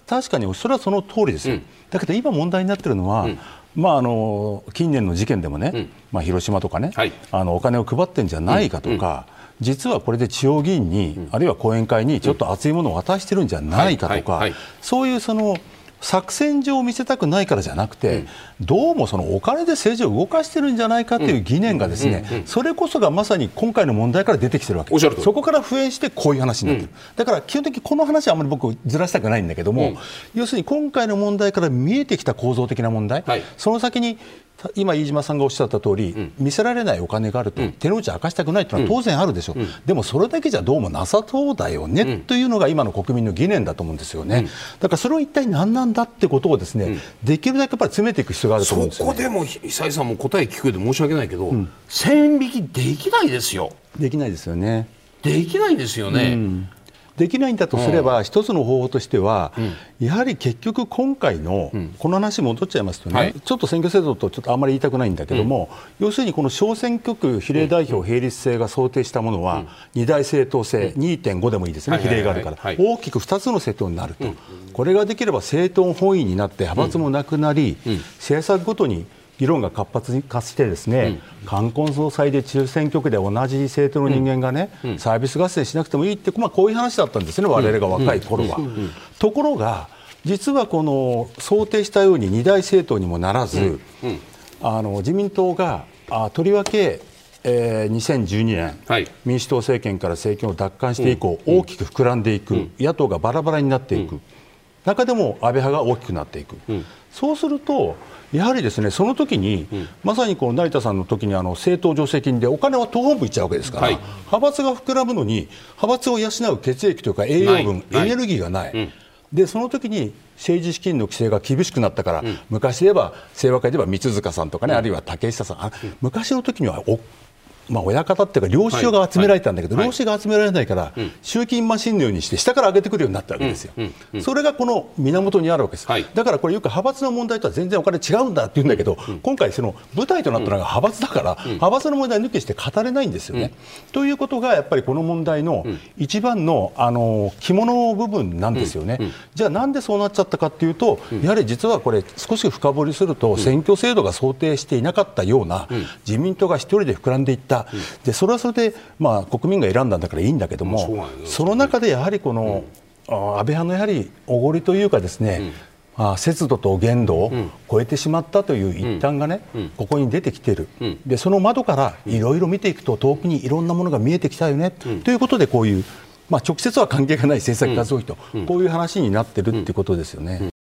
確かにそれはその通りですよ、うん、だけど今問題になっているのは、うん、まあ、あの近年の事件でもね、うん、まあ、広島とかね、はい、あのお金を配ってんじゃないかとか、うんうん、実はこれで地方議員に、うん、あるいは後援会にちょっと熱いものを渡してるんじゃないかとか、そういうその作戦上を見せたくないからじゃなくて、うん、どうもそのお金で政治を動かしてるんじゃないかという疑念がですね、うんうんうん、それこそがまさに今回の問題から出てきてるわけです。そこから浮現してこういう話になってる、うん、だから基本的にこの話はあまり僕ずらしたくないんだけども、うん、要するに今回の問題から見えてきた構造的な問題、はい、その先に今飯島さんがおっしゃった通り、うん、見せられないお金があると、うん、手の内を明かしたくないというのは当然あるでしょう、うん、でもそれだけじゃどうもなさそうだよね、うん、というのが今の国民の疑念だと思うんですよね、うん、だからそれを一体何なんだってことをですね、うん、できるだけやっぱり詰めていく必要があると思うんですよね。 そこでも久井さんも答え聞くで申し訳ないけど、うん、線引きできないですよ。 できないですよね。 できないですよね、うん、 できないんだとすれば、うん、一つの方法としては、うん、やはり結局今回の、うん、この話戻っちゃいますとね、はい、ちょっと選挙制度とちょっとあんまり言いたくないんだけども、うん、要するにこの小選挙区比例代表並立制が想定したものは、うん、二大政党制、うん、にてんご でもいいですね、比例があるから、はいはいはい、大きくふたつの政党になると、うん、これができれば政党本位になって派閥もなくなり、うんうん、政策ごとに議論が活発化してですね、うん、冠婚葬祭で中選挙区で同じ政党の人間がね、うん、サービス合戦しなくてもいいって、まあ、こういう話だったんですね、我々が若い頃は、うんうんうん、ところが実はこの想定したように二大政党にもならず、うんうん、あの自民党があとりわけえー、にせんじゅうにねん、はい、民主党政権から政権を奪還して以降、うん、大きく膨らんでいく、うん、野党がバラバラになっていく、うん、中でも安倍派が大きくなっていく、うん、そうするとやはりですね、その時に、うん、まさにこの成田さんの時にあの政党助成金でお金は党本部いっちゃうわけですから、はい、派閥が膨らむのに派閥を養う血液というか栄養分、エネルギーがない、うん、でその時に政治資金の規制が厳しくなったから、うん、昔で言えば清和会で言えば三塚さんとかね、うん、あるいは竹下さん、あ、うん、昔の時にはおまあ、親方っていうか領収が集められたんだけど、はいはい、領収が集められないから、うん、集金マシンのようにして下から上げてくるようになったわけですよ、うんうんうん、それがこの源にあるわけです、はい、だからこれよく派閥の問題とは全然お金違うんだって言うんだけど、うん、今回その舞台となったのが派閥だから、うん、派閥の問題抜きして語れないんですよね、うん、ということがやっぱりこの問題の一番の、あの肝の部分なんですよね、うんうん、じゃあなんでそうなっちゃったかっていうと、うん、やはり実はこれ少し深掘りすると、うん、選挙制度が想定していなかったような、うん、自民党が一人で膨らんでいった、うん、でそれはそれで、まあ、国民が選んだんだからいいんだけども、まあ そ, その中でやはりこの、うん、安倍派のやはりおごりというかですね、うん、あ節度と限度を超えてしまったという一端がね、うん、ここに出てきている、うん、でその窓からいろいろ見ていくと遠くにいろんなものが見えてきたよね、うん、ということでこういう、まあ、直接は関係がない政策活動費と、うん、こういう話になっているということですよね、うんうん。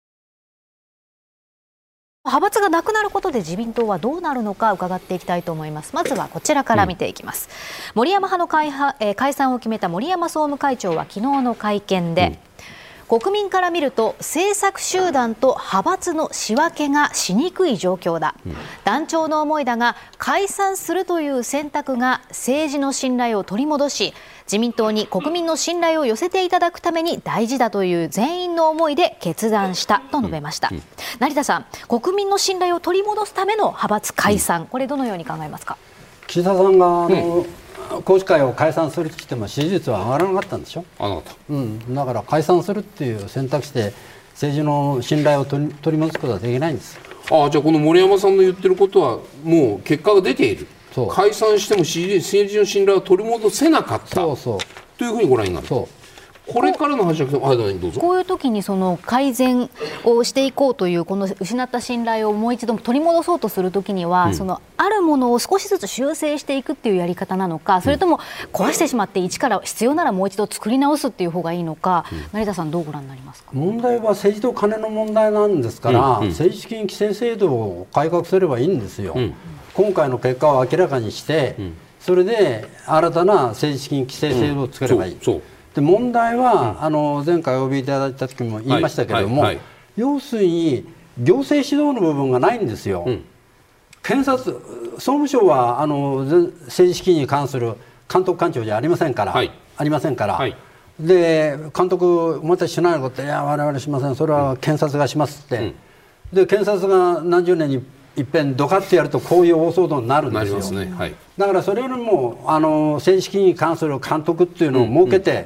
派閥がなくなることで自民党はどうなるのか伺っていきたいと思います。まずはこちらから見ていきます、うん、森山派の 解, 派、えー、解散を決めた森山総務会長は昨日の会見で、うん、国民から見ると政策集団と派閥の仕分けがしにくい状況だ、うん、断腸の思いだが解散するという選択が政治の信頼を取り戻し自民党に国民の信頼を寄せていただくために大事だという全員の思いで決断したと述べました、うんうん、成田さん、国民の信頼を取り戻すための派閥解散、うん、これどのように考えますか。 岸田さんがあの、うん、宏池会を解散するとしても支持率は上がらなかったんでしょ。 上がらなかった、 うん、だから解散するっていう選択肢で政治の信頼を取り、取り戻すことはできないんです。 ああ、じゃあこの森山さんの言ってることはもう結果が出ている。解散しても政治の信頼を取り戻せなかったそうそうというふうにご覧になる。そうこれからの話は、はい、どうぞ。 こういう時にその改善をしていこうというこの失った信頼をもう一度取り戻そうとする時には、うん、そのあるものを少しずつ修正していくっていうやり方なのか、それとも壊してしまって一から必要ならもう一度作り直すっていう方がいいのか、うん、成田さんどうご覧になりますか。 問題は政治と金の問題なんですから、うんうん、政治資金規正制度を改革すればいいんですよ、うん、今回の結果を明らかにして、うん、それで新たな政治資金規正制度を作ればいい、うん、そうそうで問題は、うん、あの前回お呼びいただいた時も言いましたけれども、はいはいはい、要するに行政指導の部分がないんですよ、うん、検察総務省はあの政治資金に関する監督官庁じゃありませんから、はい、ありませんから、はい、で監督お待たせしないこといや我々しませんそれは検察がしますって、うん、で検察が何十年にいっぺんドカッとやるとこういう大騒動になるんですよ。なりますね、はい、だからそれよりもあの政治資金に関する監督っていうのを設けて、うんうん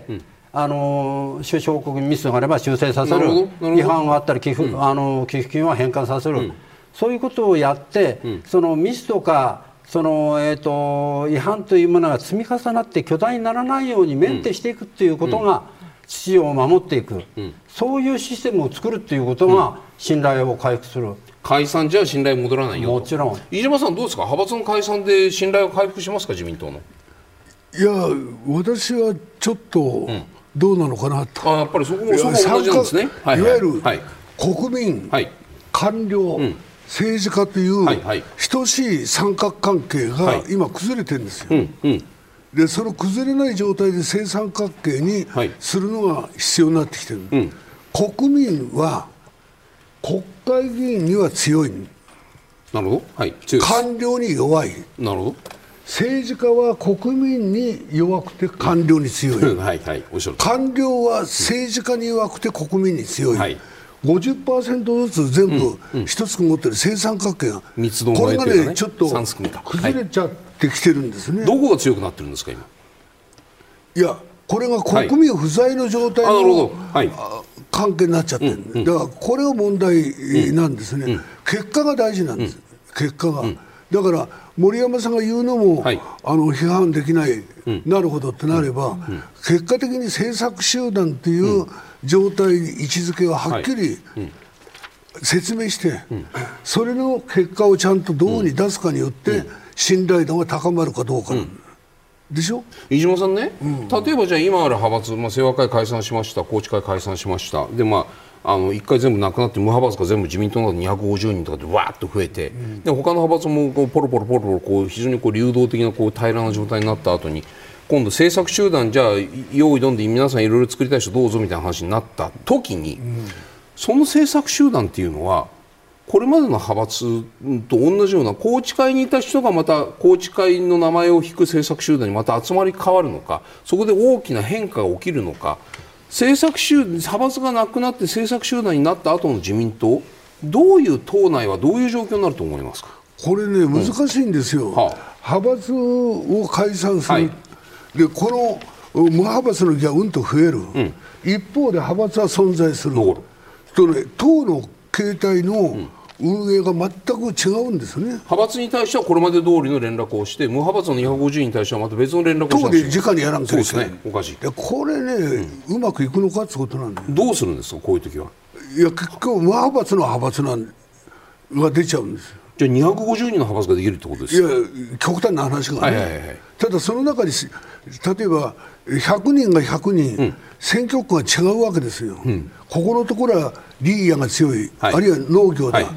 あの収支報告ミスがあれば修正させる、違反があったら寄付、うん、あの寄付金は返還させる、うん、そういうことをやって、うん、そのミスとかその、えー、と違反というものが積み重なって巨大にならないようにメンテしていくということが秩序を守っていく、うん、そういうシステムを作るということが信頼を回復する。 解散じゃ信頼戻らないよと。 もちろん。 飯島さんどうですか、派閥の解散で信頼を回復しますか、自民党の。 いや私はちょっとどうなのかなと、 うん、あやっぱりそこもそこも同じなんですね。 いわゆる国民、はい、官僚、うん、政治家という等しい三角関係が今崩れてるんですよ、はいうんうん、でその崩れない状態で正三角形にするのが必要になってきてる、うん、国民は国会議員には強い、 なるほど、はい、強いです。 官僚に弱い、なるほど。政治家は国民に弱くて官僚に強い、うんはいはい、おっしゃる。官僚は政治家に弱くて国民に強い、はい、ごじゅっパーセント ずつ全部一つ持ってる正三角形が、うんうん、これがねちょっと崩れちゃってきてるんですね、 はい、どこが強くなってるんですか今。 いやこれが国民不在の状態の、はい、関係になっちゃってる、うんうん、だからこれが問題なんですね、うんうん、結果が大事なんです、うん、結果が、うん、だから森山さんが言うのも、はい、あの批判できない、うん、なるほどってなれば、うん、結果的に政策集団という状態位置づけをはっきり説明して、うん、それの結果をちゃんとどうに出すかによって、うん、信頼度が高まるかどうか、うん、でしょ。 飯島さんね、うん、例えばじゃあ今ある派閥、まあ、清和会解散しました、宏池会解散しました、でまああのいっかい全部なくなって無派閥が全部自民党の中でにひゃくごじゅうにんとかでわーっと増えて、うん、で他の派閥もこうポロポロポロポロこう非常にこう流動的なこう平らな状態になった後に今度政策集団じゃあ用意どんで皆さんいろいろ作りたい人どうぞみたいな話になった時に、うん、その政策集団っていうのはこれまでの派閥と同じような宏池会にいた人がまた宏池会の名前を引く政策集団にまた集まり変わるのか、そこで大きな変化が起きるのか、政策集派閥がなくなって政策集団になった後の自民党、どういう党内はどういう状況になると思いますか。 これね難しいんですよ、うんはあ、派閥を解散する、はい、でこの無派閥の議がうんと増える、うん、一方で派閥は存在すると、ね、党の形態の運営が全く違うんですね。 派閥に対してはこれまで通りの連絡をして、無派閥のにひゃくごじゅうにんに対してはまた別の連絡をして党で直にやらんといけない。 そうですね、おかしい。 でこれね、うん、うまくいくのかってことなんだよ。 どうするんですかこういう時は。 いや結局無派閥の派閥なんが出ちゃうんですよ。 じゃあにひゃくごじゅうにんの派閥ができるってことですか。 いや極端な話がね、はいはいはい、ただその中に例えばひゃくにんがひゃくにん、うん、選挙区が違うわけですよ、うん、ここのところはリーヤが強い、はい、あるいは農業だ、はい、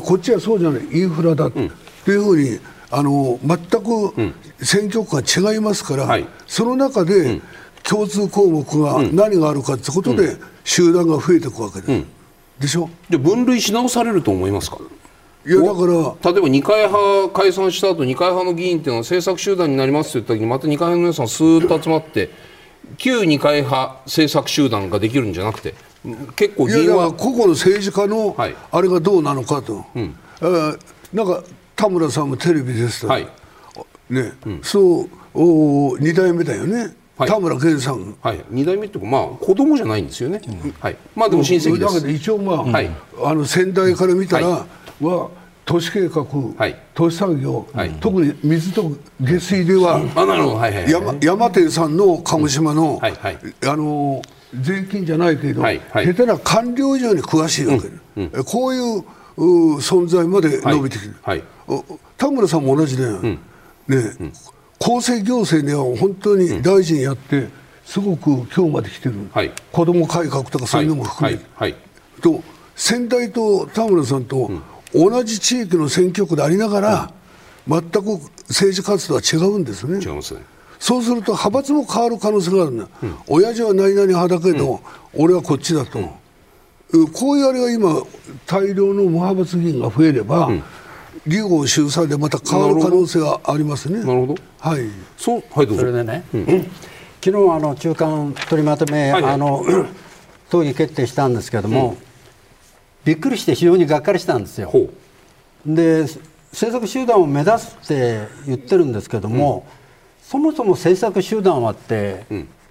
こっちはそうじゃないインフラだ、うん、というふうにあの全く選挙区が違いますから、うん、その中で共通項目が何があるかということで集団が増えていくわけです、うん、でしょ。 じゃあ分類し直されると思いますか。 いやだから例えば二階派解散した後二階派の議員っていうのは政策集団になりますと言った時にまた二階派の皆さんスーッと集まって旧二階派政策集団ができるんじゃなくて結構議員は個々の政治家のあれがどうなのかと、はいうん、あなんか田村さんもテレビですと、はいねうん、そうおに代目だよね、はい、田村健さん、 はい、に代目っていうか、まあ、子供じゃないんですよね、うんはい、まあでも親戚です。 だけど一応、まあはい、あの先代から見たら、はいは都市計画、はい、都市産業、はい、特に水と下水では、うん、山手さんの鹿児島の、うんはいはい、あの税金じゃないけど、はいはい、下手な官僚以上に詳しいわけで、うんうん、こういうう存在まで伸びてきてる、はいはい、田村さんも同じで、うんねうん、公正行政では本当に大臣やって、うん、すごく今日まで来てる、はい、子ども改革とかそういうのも含めて、はいはいはい、と先代と田村さんと、うん同じ地域の選挙区でありながら、うん、全く政治活動は違うんですね。 違いますね。 そうすると派閥も変わる可能性があるんだ、うん、親父は何々派だけど、うん、俺はこっちだと、うん、こういうあれが今大量の無派閥議員が増えれば、うん、離合集散でまた変わる可能性がありますね。 なるほど。 はい。 そう、はい、どうぞ。 それでね、うん、昨日あの中間取りまとめ、はいはい、あの討議決定したんですけども、うんびっくりして非常にがっかりしたんですよ。で政策集団を目指すって言ってるんですけども、うん、そもそも政策集団はって、うん、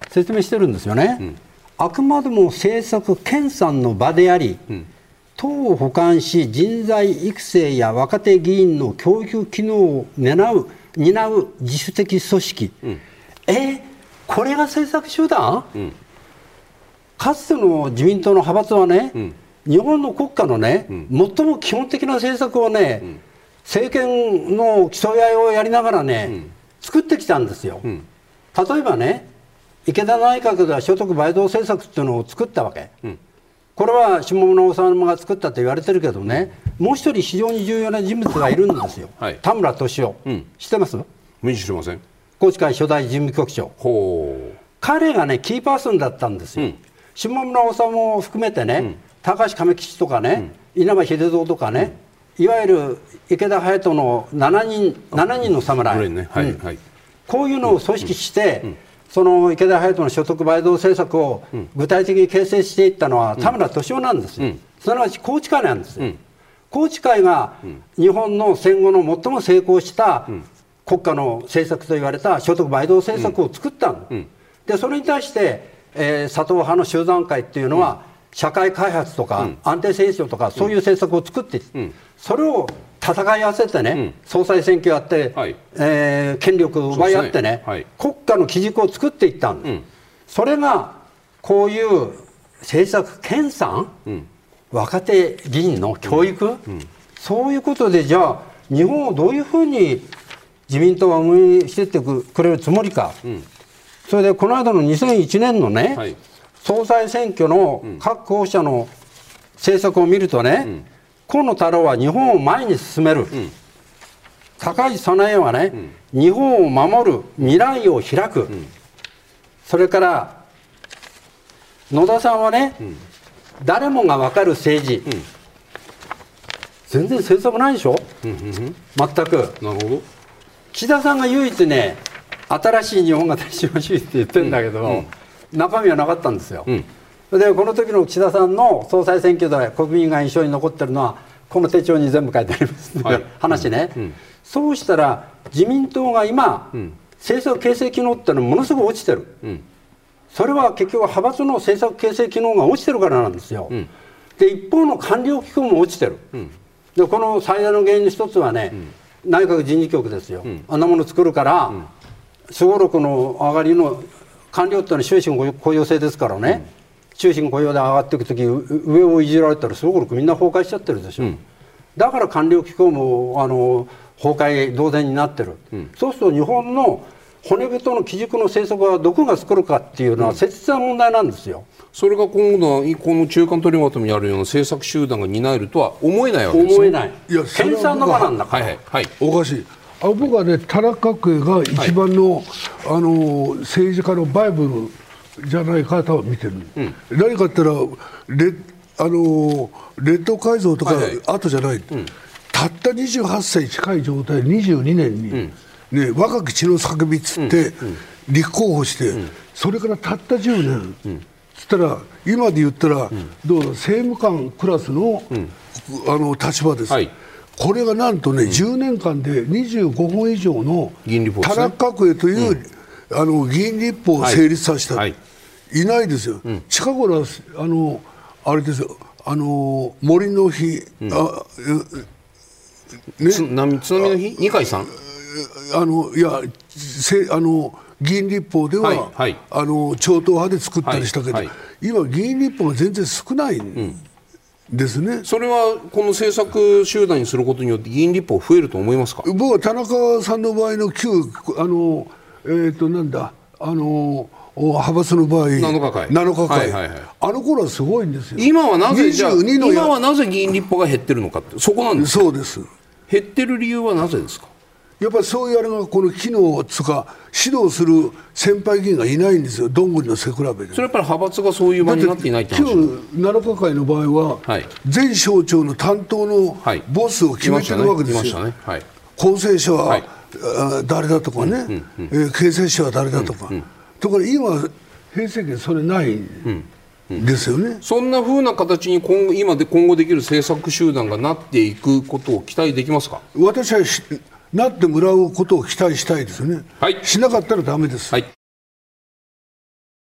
説明してるんですよね、うん、あくまでも政策研鑽の場であり、うん、党を補完し人材育成や若手議員の教育機能を担う、担う自主的組織、うん、えこれが政策集団、うん、かつての自民党の派閥はね、うん、日本の国家のね、うん、最も基本的な政策をね、うん、政権の競い合いをやりながらね、うん、作ってきたんですよ、うん、例えばね池田内閣では所得倍増政策っていうのを作ったわけ、うん、これは下村治が作ったと言われてるけどね、もう一人非常に重要な人物がいるんですよ、はい、田村俊夫、うん、知ってます？ 無知してません。 宏池会初代事務局長、 ほう彼がねキーパーソンだったんですよ、うん、下村治も含めてね、うん、高橋亀吉とかね、うん、稲葉秀蔵とかね、うん、いわゆる池田隼人のしちにん、しちにんの侍、ねはいはい、こういうのを組織して、うんうん、その池田隼人の所得倍増政策を具体的に形成していったのは田村俊夫なんですよ、うん、すなわち宏池会なんですよ、うん、宏池会が日本の戦後の最も成功した国家の政策と言われた所得倍増政策を作ったの、うん、でそれに対して、えー、佐藤派の集団会っていうのは、うん、社会開発とか、うん、安定成長とかそういう政策を作って、うん、それを戦い合わせてね、うん、総裁選挙やって、はいえー、権力を奪い合ってね、はい、国家の基軸を作っていったんです、うん、それがこういう政策研鑽、うん、若手議員の教育、うんうん、そういうことでじゃあ日本をどういうふうに自民党は運営していってくれるつもりか、うん、それでこの間のにせんいちねんのね、はい、総裁選挙の各候補者の政策を見るとね、うん、河野太郎は日本を前に進める、うん、高市早苗はね、うん、日本を守る、未来を開く、うん、それから野田さんはね、うん、誰もが分かる政治、うん、全然政策ないでしょ、うんうんうん、全く。 なるほど。 岸田さんが唯一ね新しい日本型にしましょうって言ってるんだけど、うんうん、中身はなかったんですよ、うん、でこの時の岸田さんの総裁選挙で国民が印象に残ってるのはこの手帳に全部書いてあります、はい、話ね、うん、そうしたら自民党が今、うん、政策形成機能ってのはものすごく落ちてる、うん、それは結局派閥の政策形成機能が落ちてるからなんですよ、うん、で一方の官僚機構も落ちてる、うん、でこの最大の原因の一つはね、うん内閣人事局ですよ、うん、あんなもの作るからすごろくの上がりの官僚ってのは終身雇用制ですからね、うん、終身雇用で上がっていくとき上をいじられたらすごろくみんな崩壊しちゃってるでしょ、うん、だから官僚機構もあの崩壊同然になってる、うん、そうすると日本の骨太の基軸の政策はどこが作るかっていうのは切実な問題なんですよ、うん、 それが今度はこの中間取りまとめにあるような政策集団が担えるとは思えないわけですよ。 思えない。いや研鑽の場なんだから、 はいはいはい、 おかしい。あ僕はね田中角栄が一番の、はい、あの政治家のバイブルじゃないかと見てる、うん、何かって言ったらレあの列島改造とか後じゃない、はいはいうん、たったにじゅうはっさい近い状態にじゅうにねんに、うんね、若き血の叫びっつって立候補して、うん、それからたったじゅうねん、うん、つったら今で言ったら、うん、どう政務官クラスの、うん、あの立場です、はい、これがなんとね、うん、じゅうねんかんでにじゅうごほん以上の田中角栄という、ねうん、あの議員立法を成立させた、はいはい、いないですよ、うん、近頃はあのあれですよあの森の日、うん、あね、津波の日二階さんあのいやせあの議員立法では、はいはい、あの超党派で作ったりしたけど、はいはい、今議員立法が全然少ないんですね、 うん、それはこの政策集団にすることによって議員立法増えると思いますか。 僕は田中さんの場合の旧あのえっ、ー、となんだあの派閥の場合なのか会なのか会、はいはいはい、あの頃はすごいんですよ。 今はなぜじゃあ今はなぜ議員立法が減ってるのかってそこなんですか。 そうです。 減ってる理由はなぜですか。 やっぱりそういうあれがこの機能つか指導する先輩議員がいないんですよ。どんぐりの背比べで。 それやっぱり派閥がそういう場になっていないって話。 今日奈良会の場合は、はい、全省庁の担当のボスを決めてるわけですよ、はいねはい、厚生省は、はい、誰だとかね、うんうんうんえー、経済省は誰だとか、うんうん、ところが今平成権それない、うんですよね、 そんな風な形に今後、今で今後できる政策集団がなっていくことを期待できますか。 私はなってもらうことを期待したいですよね、 はい、 しなかったらダメです、 はい。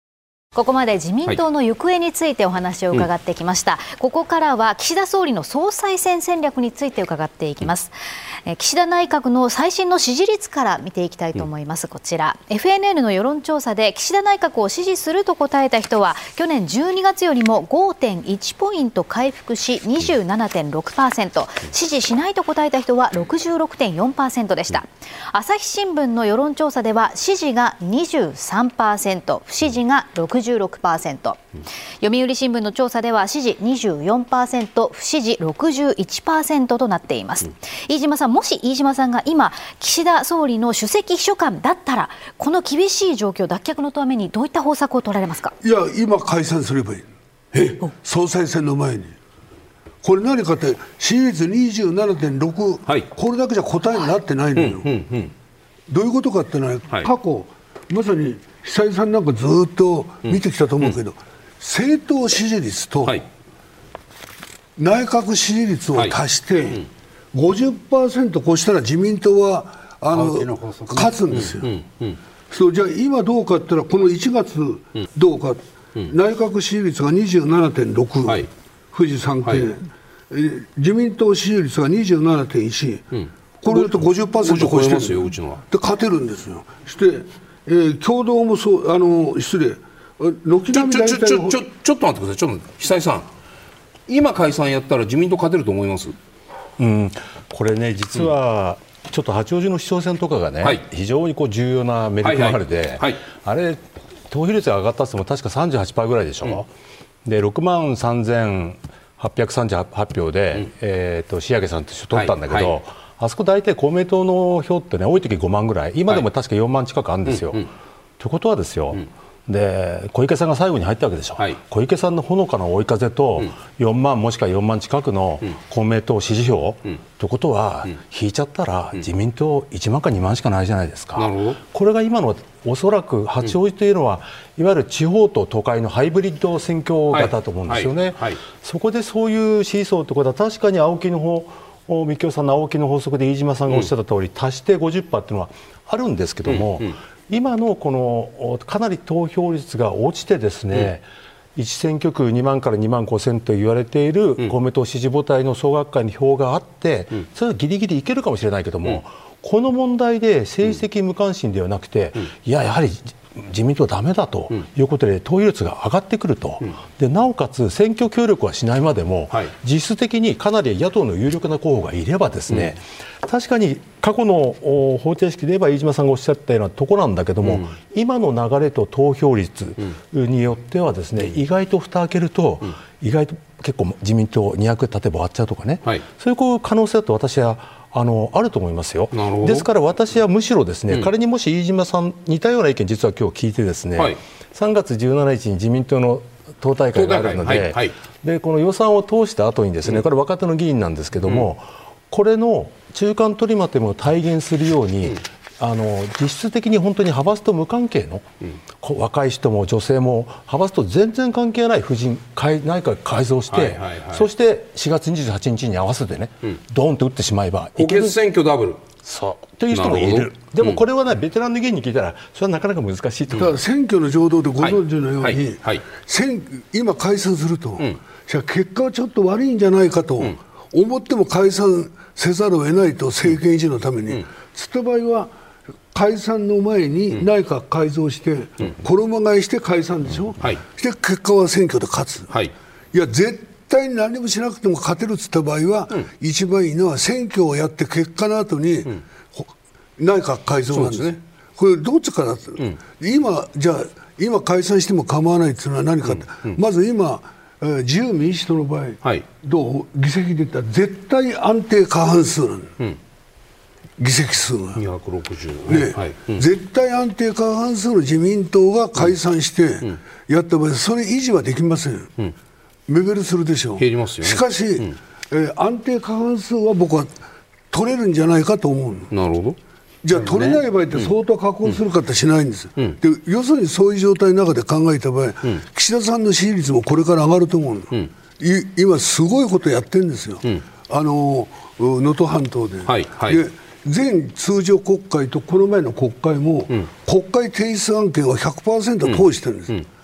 ここまで自民党の行方についてお話を伺ってきました、はいうん、ここからは岸田総理の総裁選戦略について伺っていきます、うん、え岸田内閣の最新の支持率から見ていきたいと思います、うん、こちら エフエヌエヌ の世論調査で岸田内閣を支持すると答えた人は去年じゅうにがつよりも ごてんいち ポイント回復し にじゅうななてんろくパーセント、 支持しないと答えた人は ろくじゅうろくてんよんパーセント でした。朝日新聞の世論調査では支持が にじゅうさんパーセント、 不支持が ろくじゅうろくパーセント、 読売新聞の調査では支持 にじゅうよんパーセント、 不支持 ろくじゅういちパーセント となっています、うん、飯島さん、もし飯島さんが今岸田総理の首席秘書官だったらこの厳しい状況脱却のためにどういった方策を取られますか？ いや今解散すればいい。え総裁選の前にこれ何かって支持率 にじゅうななてんろく、はい、これだけじゃ答えになってないのよ、うんうんうん、どういうことかってのは、はい、過去まさに久井さんなんかずっと見てきたと思うけど、うんうん、政党支持率と内閣支持率を足して、はいうん、ごじゅっパーセント 越したら自民党はあの勝つんですよ、うんうんうん、そうじゃあ今どうかって言ったらこのいちがつどうか、うん、内閣支持率が にじゅうななてんろく、はい、富士山系、はい、自民党支持率が にじゅうななてんいち、うん、これだと ごじゅっパーセント 超してるんですよ。で勝てるんですよ。して、えー、共同もそうあの失礼軒並み大体ちょちょちょちょっと待ってください。ちょっと久井さん、今解散やったら自民党勝てると思います？ うん、これね実は、うん、ちょっと八王子の市長選とかがね、はい、非常にこう重要なメリットがあるで、はいはいはい、あれ投票率が上がったっても確か さんじゅうはちパーセント ぐらいでしょ、うん、でろくまんさんぜんはっぴゃくさんじゅうはち票で、うんえー、と仕上さんと取ったんだけど、はいはい、あそこ大体公明党の票ってね多い時ごまんぐらい、今でも確かよんまん近くあるんですよ、はいうんうん、ということはですよ、うんで小池さんが最後に入ったわけでしょ、はい、小池さんのほのかな追い風とよんまんもしくはよんまん近くの公明党支持票、うん、ということは、うん、引いちゃったら自民党いちまんかにまんしかないじゃないですか、なるほど。これが今のおそらく八王子というのは、うん、いわゆる地方と都会のハイブリッド選挙型だと思うんですよね、はいはいはい、そこでそういうシーソーということは確かに青木の方三京さんの青木の法則で飯島さんがおっしゃった通り、うん、足して ごじゅっパーセント というのはあるんですけども、うんうん今のこのかなり投票率が落ちてですね、うん、いち選挙区にまんからにまんごせんと言われている公明党支持母体の総学会に票があって、うん、それはギリギリいけるかもしれないけども、うん、この問題で政治的無関心ではなくて、うん、いややはり自民党はダメだということで投票率が上がってくると、うん、でなおかつ選挙協力はしないまでも、はい、実質的にかなり野党の有力な候補がいればですね、うん、確かに過去の方程式で言えば飯島さんがおっしゃったようなところなんだけども、うん、今の流れと投票率によってはですね、うん、意外と蓋開けると、うん、意外と結構自民党にひゃく例えば割っちゃうとかね、はい、そういうこう可能性だと私はあのあると思いますよ。ですから私はむしろですね、うん、仮にもし飯島さん似たような意見実は今日聞いてですね、はい、さんがつじゅうしちにちに自民党の党大会があるので、はいはい、でこの予算を通した後にですね、これ若手の議員なんですけども、うん、これの中間取りまとめを体現するように、うん、あの実質的に本当に派閥と無関係の、うん、若い人も女性も派閥と全然関係ない婦人内閣改造して、はいはいはい、そしてしがつにじゅうはちにちに合わせてね、うん、ドーンと打ってしまえば補欠選挙ダブルそうという人もいる。でもこれはね、ベテランの議員に聞いたらそれはなかなか難しいと思う。 だから選挙の情動でご存知のように、はいはいはい、今解散すると、うん、じゃあ結果はちょっと悪いんじゃないかと思っても解散せざるを得ないと、政権維持のために、うん、つった場合は解散の前に内閣改造して、うん、衣替えして解散でしょ、うんはい、して結果は選挙で勝つ、はい、いや絶対に何もしなくても勝てるっつった場合は、うん、一番いいのは選挙をやって結果の後に、うん、内閣改造なんですね。これどっちかだって、うん、今じゃあ今解散しても構わないっていうのは何かって、うんうん、まず今、えー、自由民主党の場合、はい、どう議席で言ったら絶対安定過半数なの、うん、議席数がにひゃくろくじゅう、 ねはいうん、絶対安定過半数の自民党が解散してやった場合、それ維持はできません、うん、目減りするでしょう。 減りますよね。 しかし、うんえー、安定過半数は僕は取れるんじゃないかと思うの。 なるほど。 じゃあ取れない場合って相当確保するかってしないんです、うん、で要するにそういう状態の中で考えた場合、うん、岸田さんの支持率もこれから上がると思うの、うん、今すごいことやってるんですよ、うん、あの能登半島で、はいはい、で前通常国会とこの前の国会も、うん、国会提出案件は ひゃくパーセント 通してるんです、うんうん、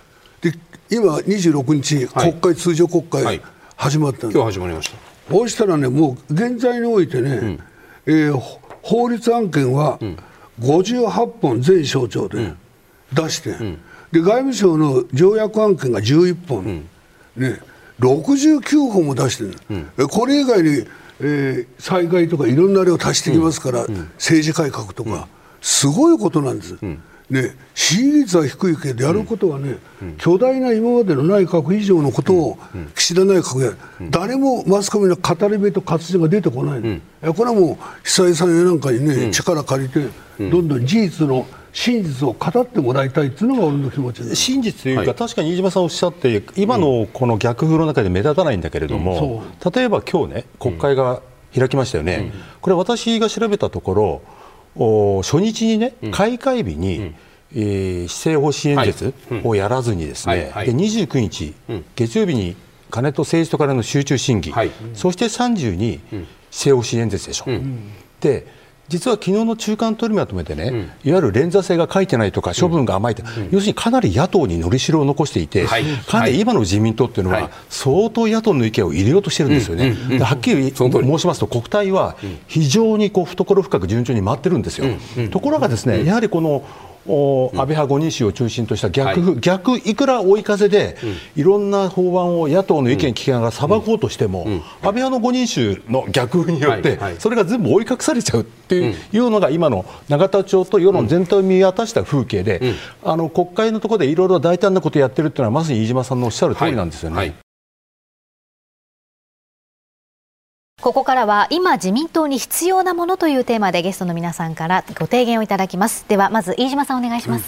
で今にじゅうろくにち、 はい、 国会通常国会始まったんです、 今日始まりました。 そうしたらね、もう現在においてね、うん、えー、法律案件はごじゅうはっぽん全省庁で出して、うん、で外務省の条約案件がじゅういっぽん、うん、ね、ろくじゅうきゅうほんも出してる、うん、これ以外に、えー、災害とかいろんな量を足してきますから、うん、政治改革とか、うん、すごいことなんです、うん、ね、支持率は低いけどやることはね、うん、巨大な今までの内閣以上のことを岸田内閣で、うん、誰もマスコミの語り部と活字が出てこない、うん、これはもう久井さんやなんかにね、うん、力借りて、うん、どんどん事実の真実を語ってもらいたいっていうのが俺の気持ちです。 真実というか、はい、確かに飯島さんおっしゃって今のこの逆風の中で目立たないんだけれども、うん、例えば今日ね国会が開きましたよね、うん、これ私が調べたところ初日にね、うん、開会日に、うん、えー、施政方針演説をやらずにですね、はいはい、でにじゅうくにち、うん、月曜日に金と政治と金の集中審議、はい、そしてさんじゅうに、うん、施政方針演説でしょ、うん、で実は昨日の中間取りまとめでね、うん、いわゆる連座制が書いてないとか処分が甘いと、うん、要するにかなり野党にのりしろを残していて、はい、かなり今の自民党っていうのは相当野党の意見を入れようとしてるんですよね、うん、ではっきり申しますと国対は非常にこう懐深く順調に回ってるんですよ、うん、ところがですね、やはりこの安倍派ごにん衆を中心とした逆、はい、逆いくら追い風で、うん、いろんな法案を野党の意見聞きながら裁こうとしても、うん、安倍派のごにん衆の逆風によって、はいはい、それが全部追い隠されちゃうっていう、うん、いうのが今の永田町と世論全体を見渡した風景で、うん、あの国会のところでいろいろ大胆なことをやってるっていうのはまさに飯島さんのおっしゃる通りなんですよね、はいはい。 ここからは今自民党に必要なものというテーマでゲストの皆さんからご提言をいただきます。ではまず飯島さんお願いします、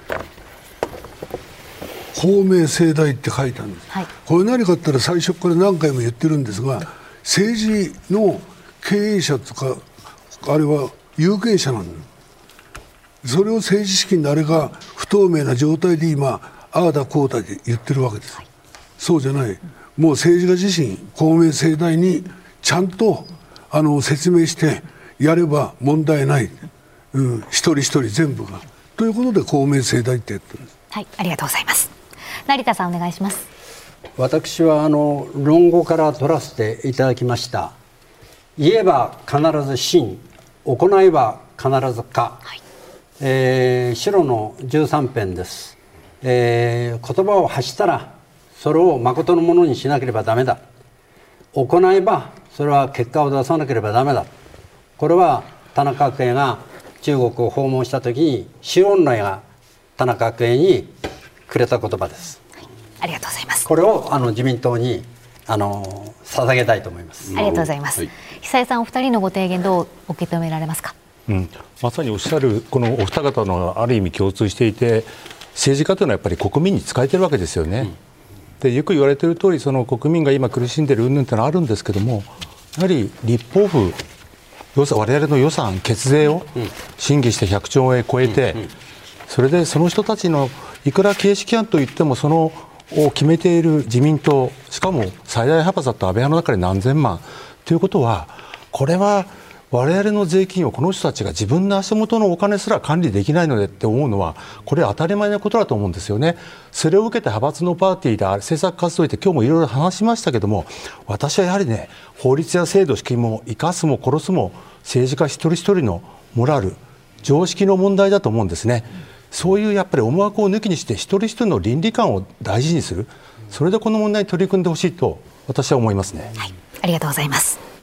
うん、公明正大って書いたんです、はい、これ何かって言ったら最初から何回も言ってるんですが、政治の経営者とかあれは有権者なんだ。それを政治資金のあれが不透明な状態で今ああだこうだで言ってるわけです、はい、そうじゃない、もう政治家自身公明正大にちゃんとあの説明してやれば問題ない、うん、一人一人全部がということで公明正大ってやってるんです。 はい、ありがとうございます。成田さんお願いします。 私はあの論語から取らせていただきました。言えば必ず真、行えば必ず果、はい、えー、白のじゅうさんぺんです、えー、言葉を発したらそれを誠のものにしなければダメだ、行えばそれは結果を出さなければダメだ。これは田中角栄が中国を訪問した時に周恩来が田中角栄にくれた言葉です、 はい、ありがとうございます。 これをあの自民党にあの捧げたいと思います。 ありがとうございます、はい、久江さんお二人のご提言どう受け止められますか。 うん、まさにおっしゃるこのお二方のある意味共通していて、政治家というのはやっぱり国民に仕えてるわけですよね、うん、でよく言われている通りその国民が今苦しんでいる云々というのはあるんですけども、やはり立法府我々の予算血税を審議してひゃくちょうえん超えて、それでその人たちのいくら形式案といってもそのを決めている自民党、しかも最大派閥だった安倍派の中で何千万ということは、これは我々の税金をこの人たちが自分の足元のお金すら管理できないのでって思うのは、これ当たり前なことだと思うんですよね。それを受けて派閥のパーティーで政策活動で今日もいろいろ話しましたけども、私はやはりね、法律や制度式も生かすも殺すも政治家一人一人のモラル常識の問題だと思うんですね。そういうやっぱり思惑を抜きにして一人一人の倫理観を大事にする、それでこの問題に取り組んでほしいと私は思いますね。 はい、ありがとうございます。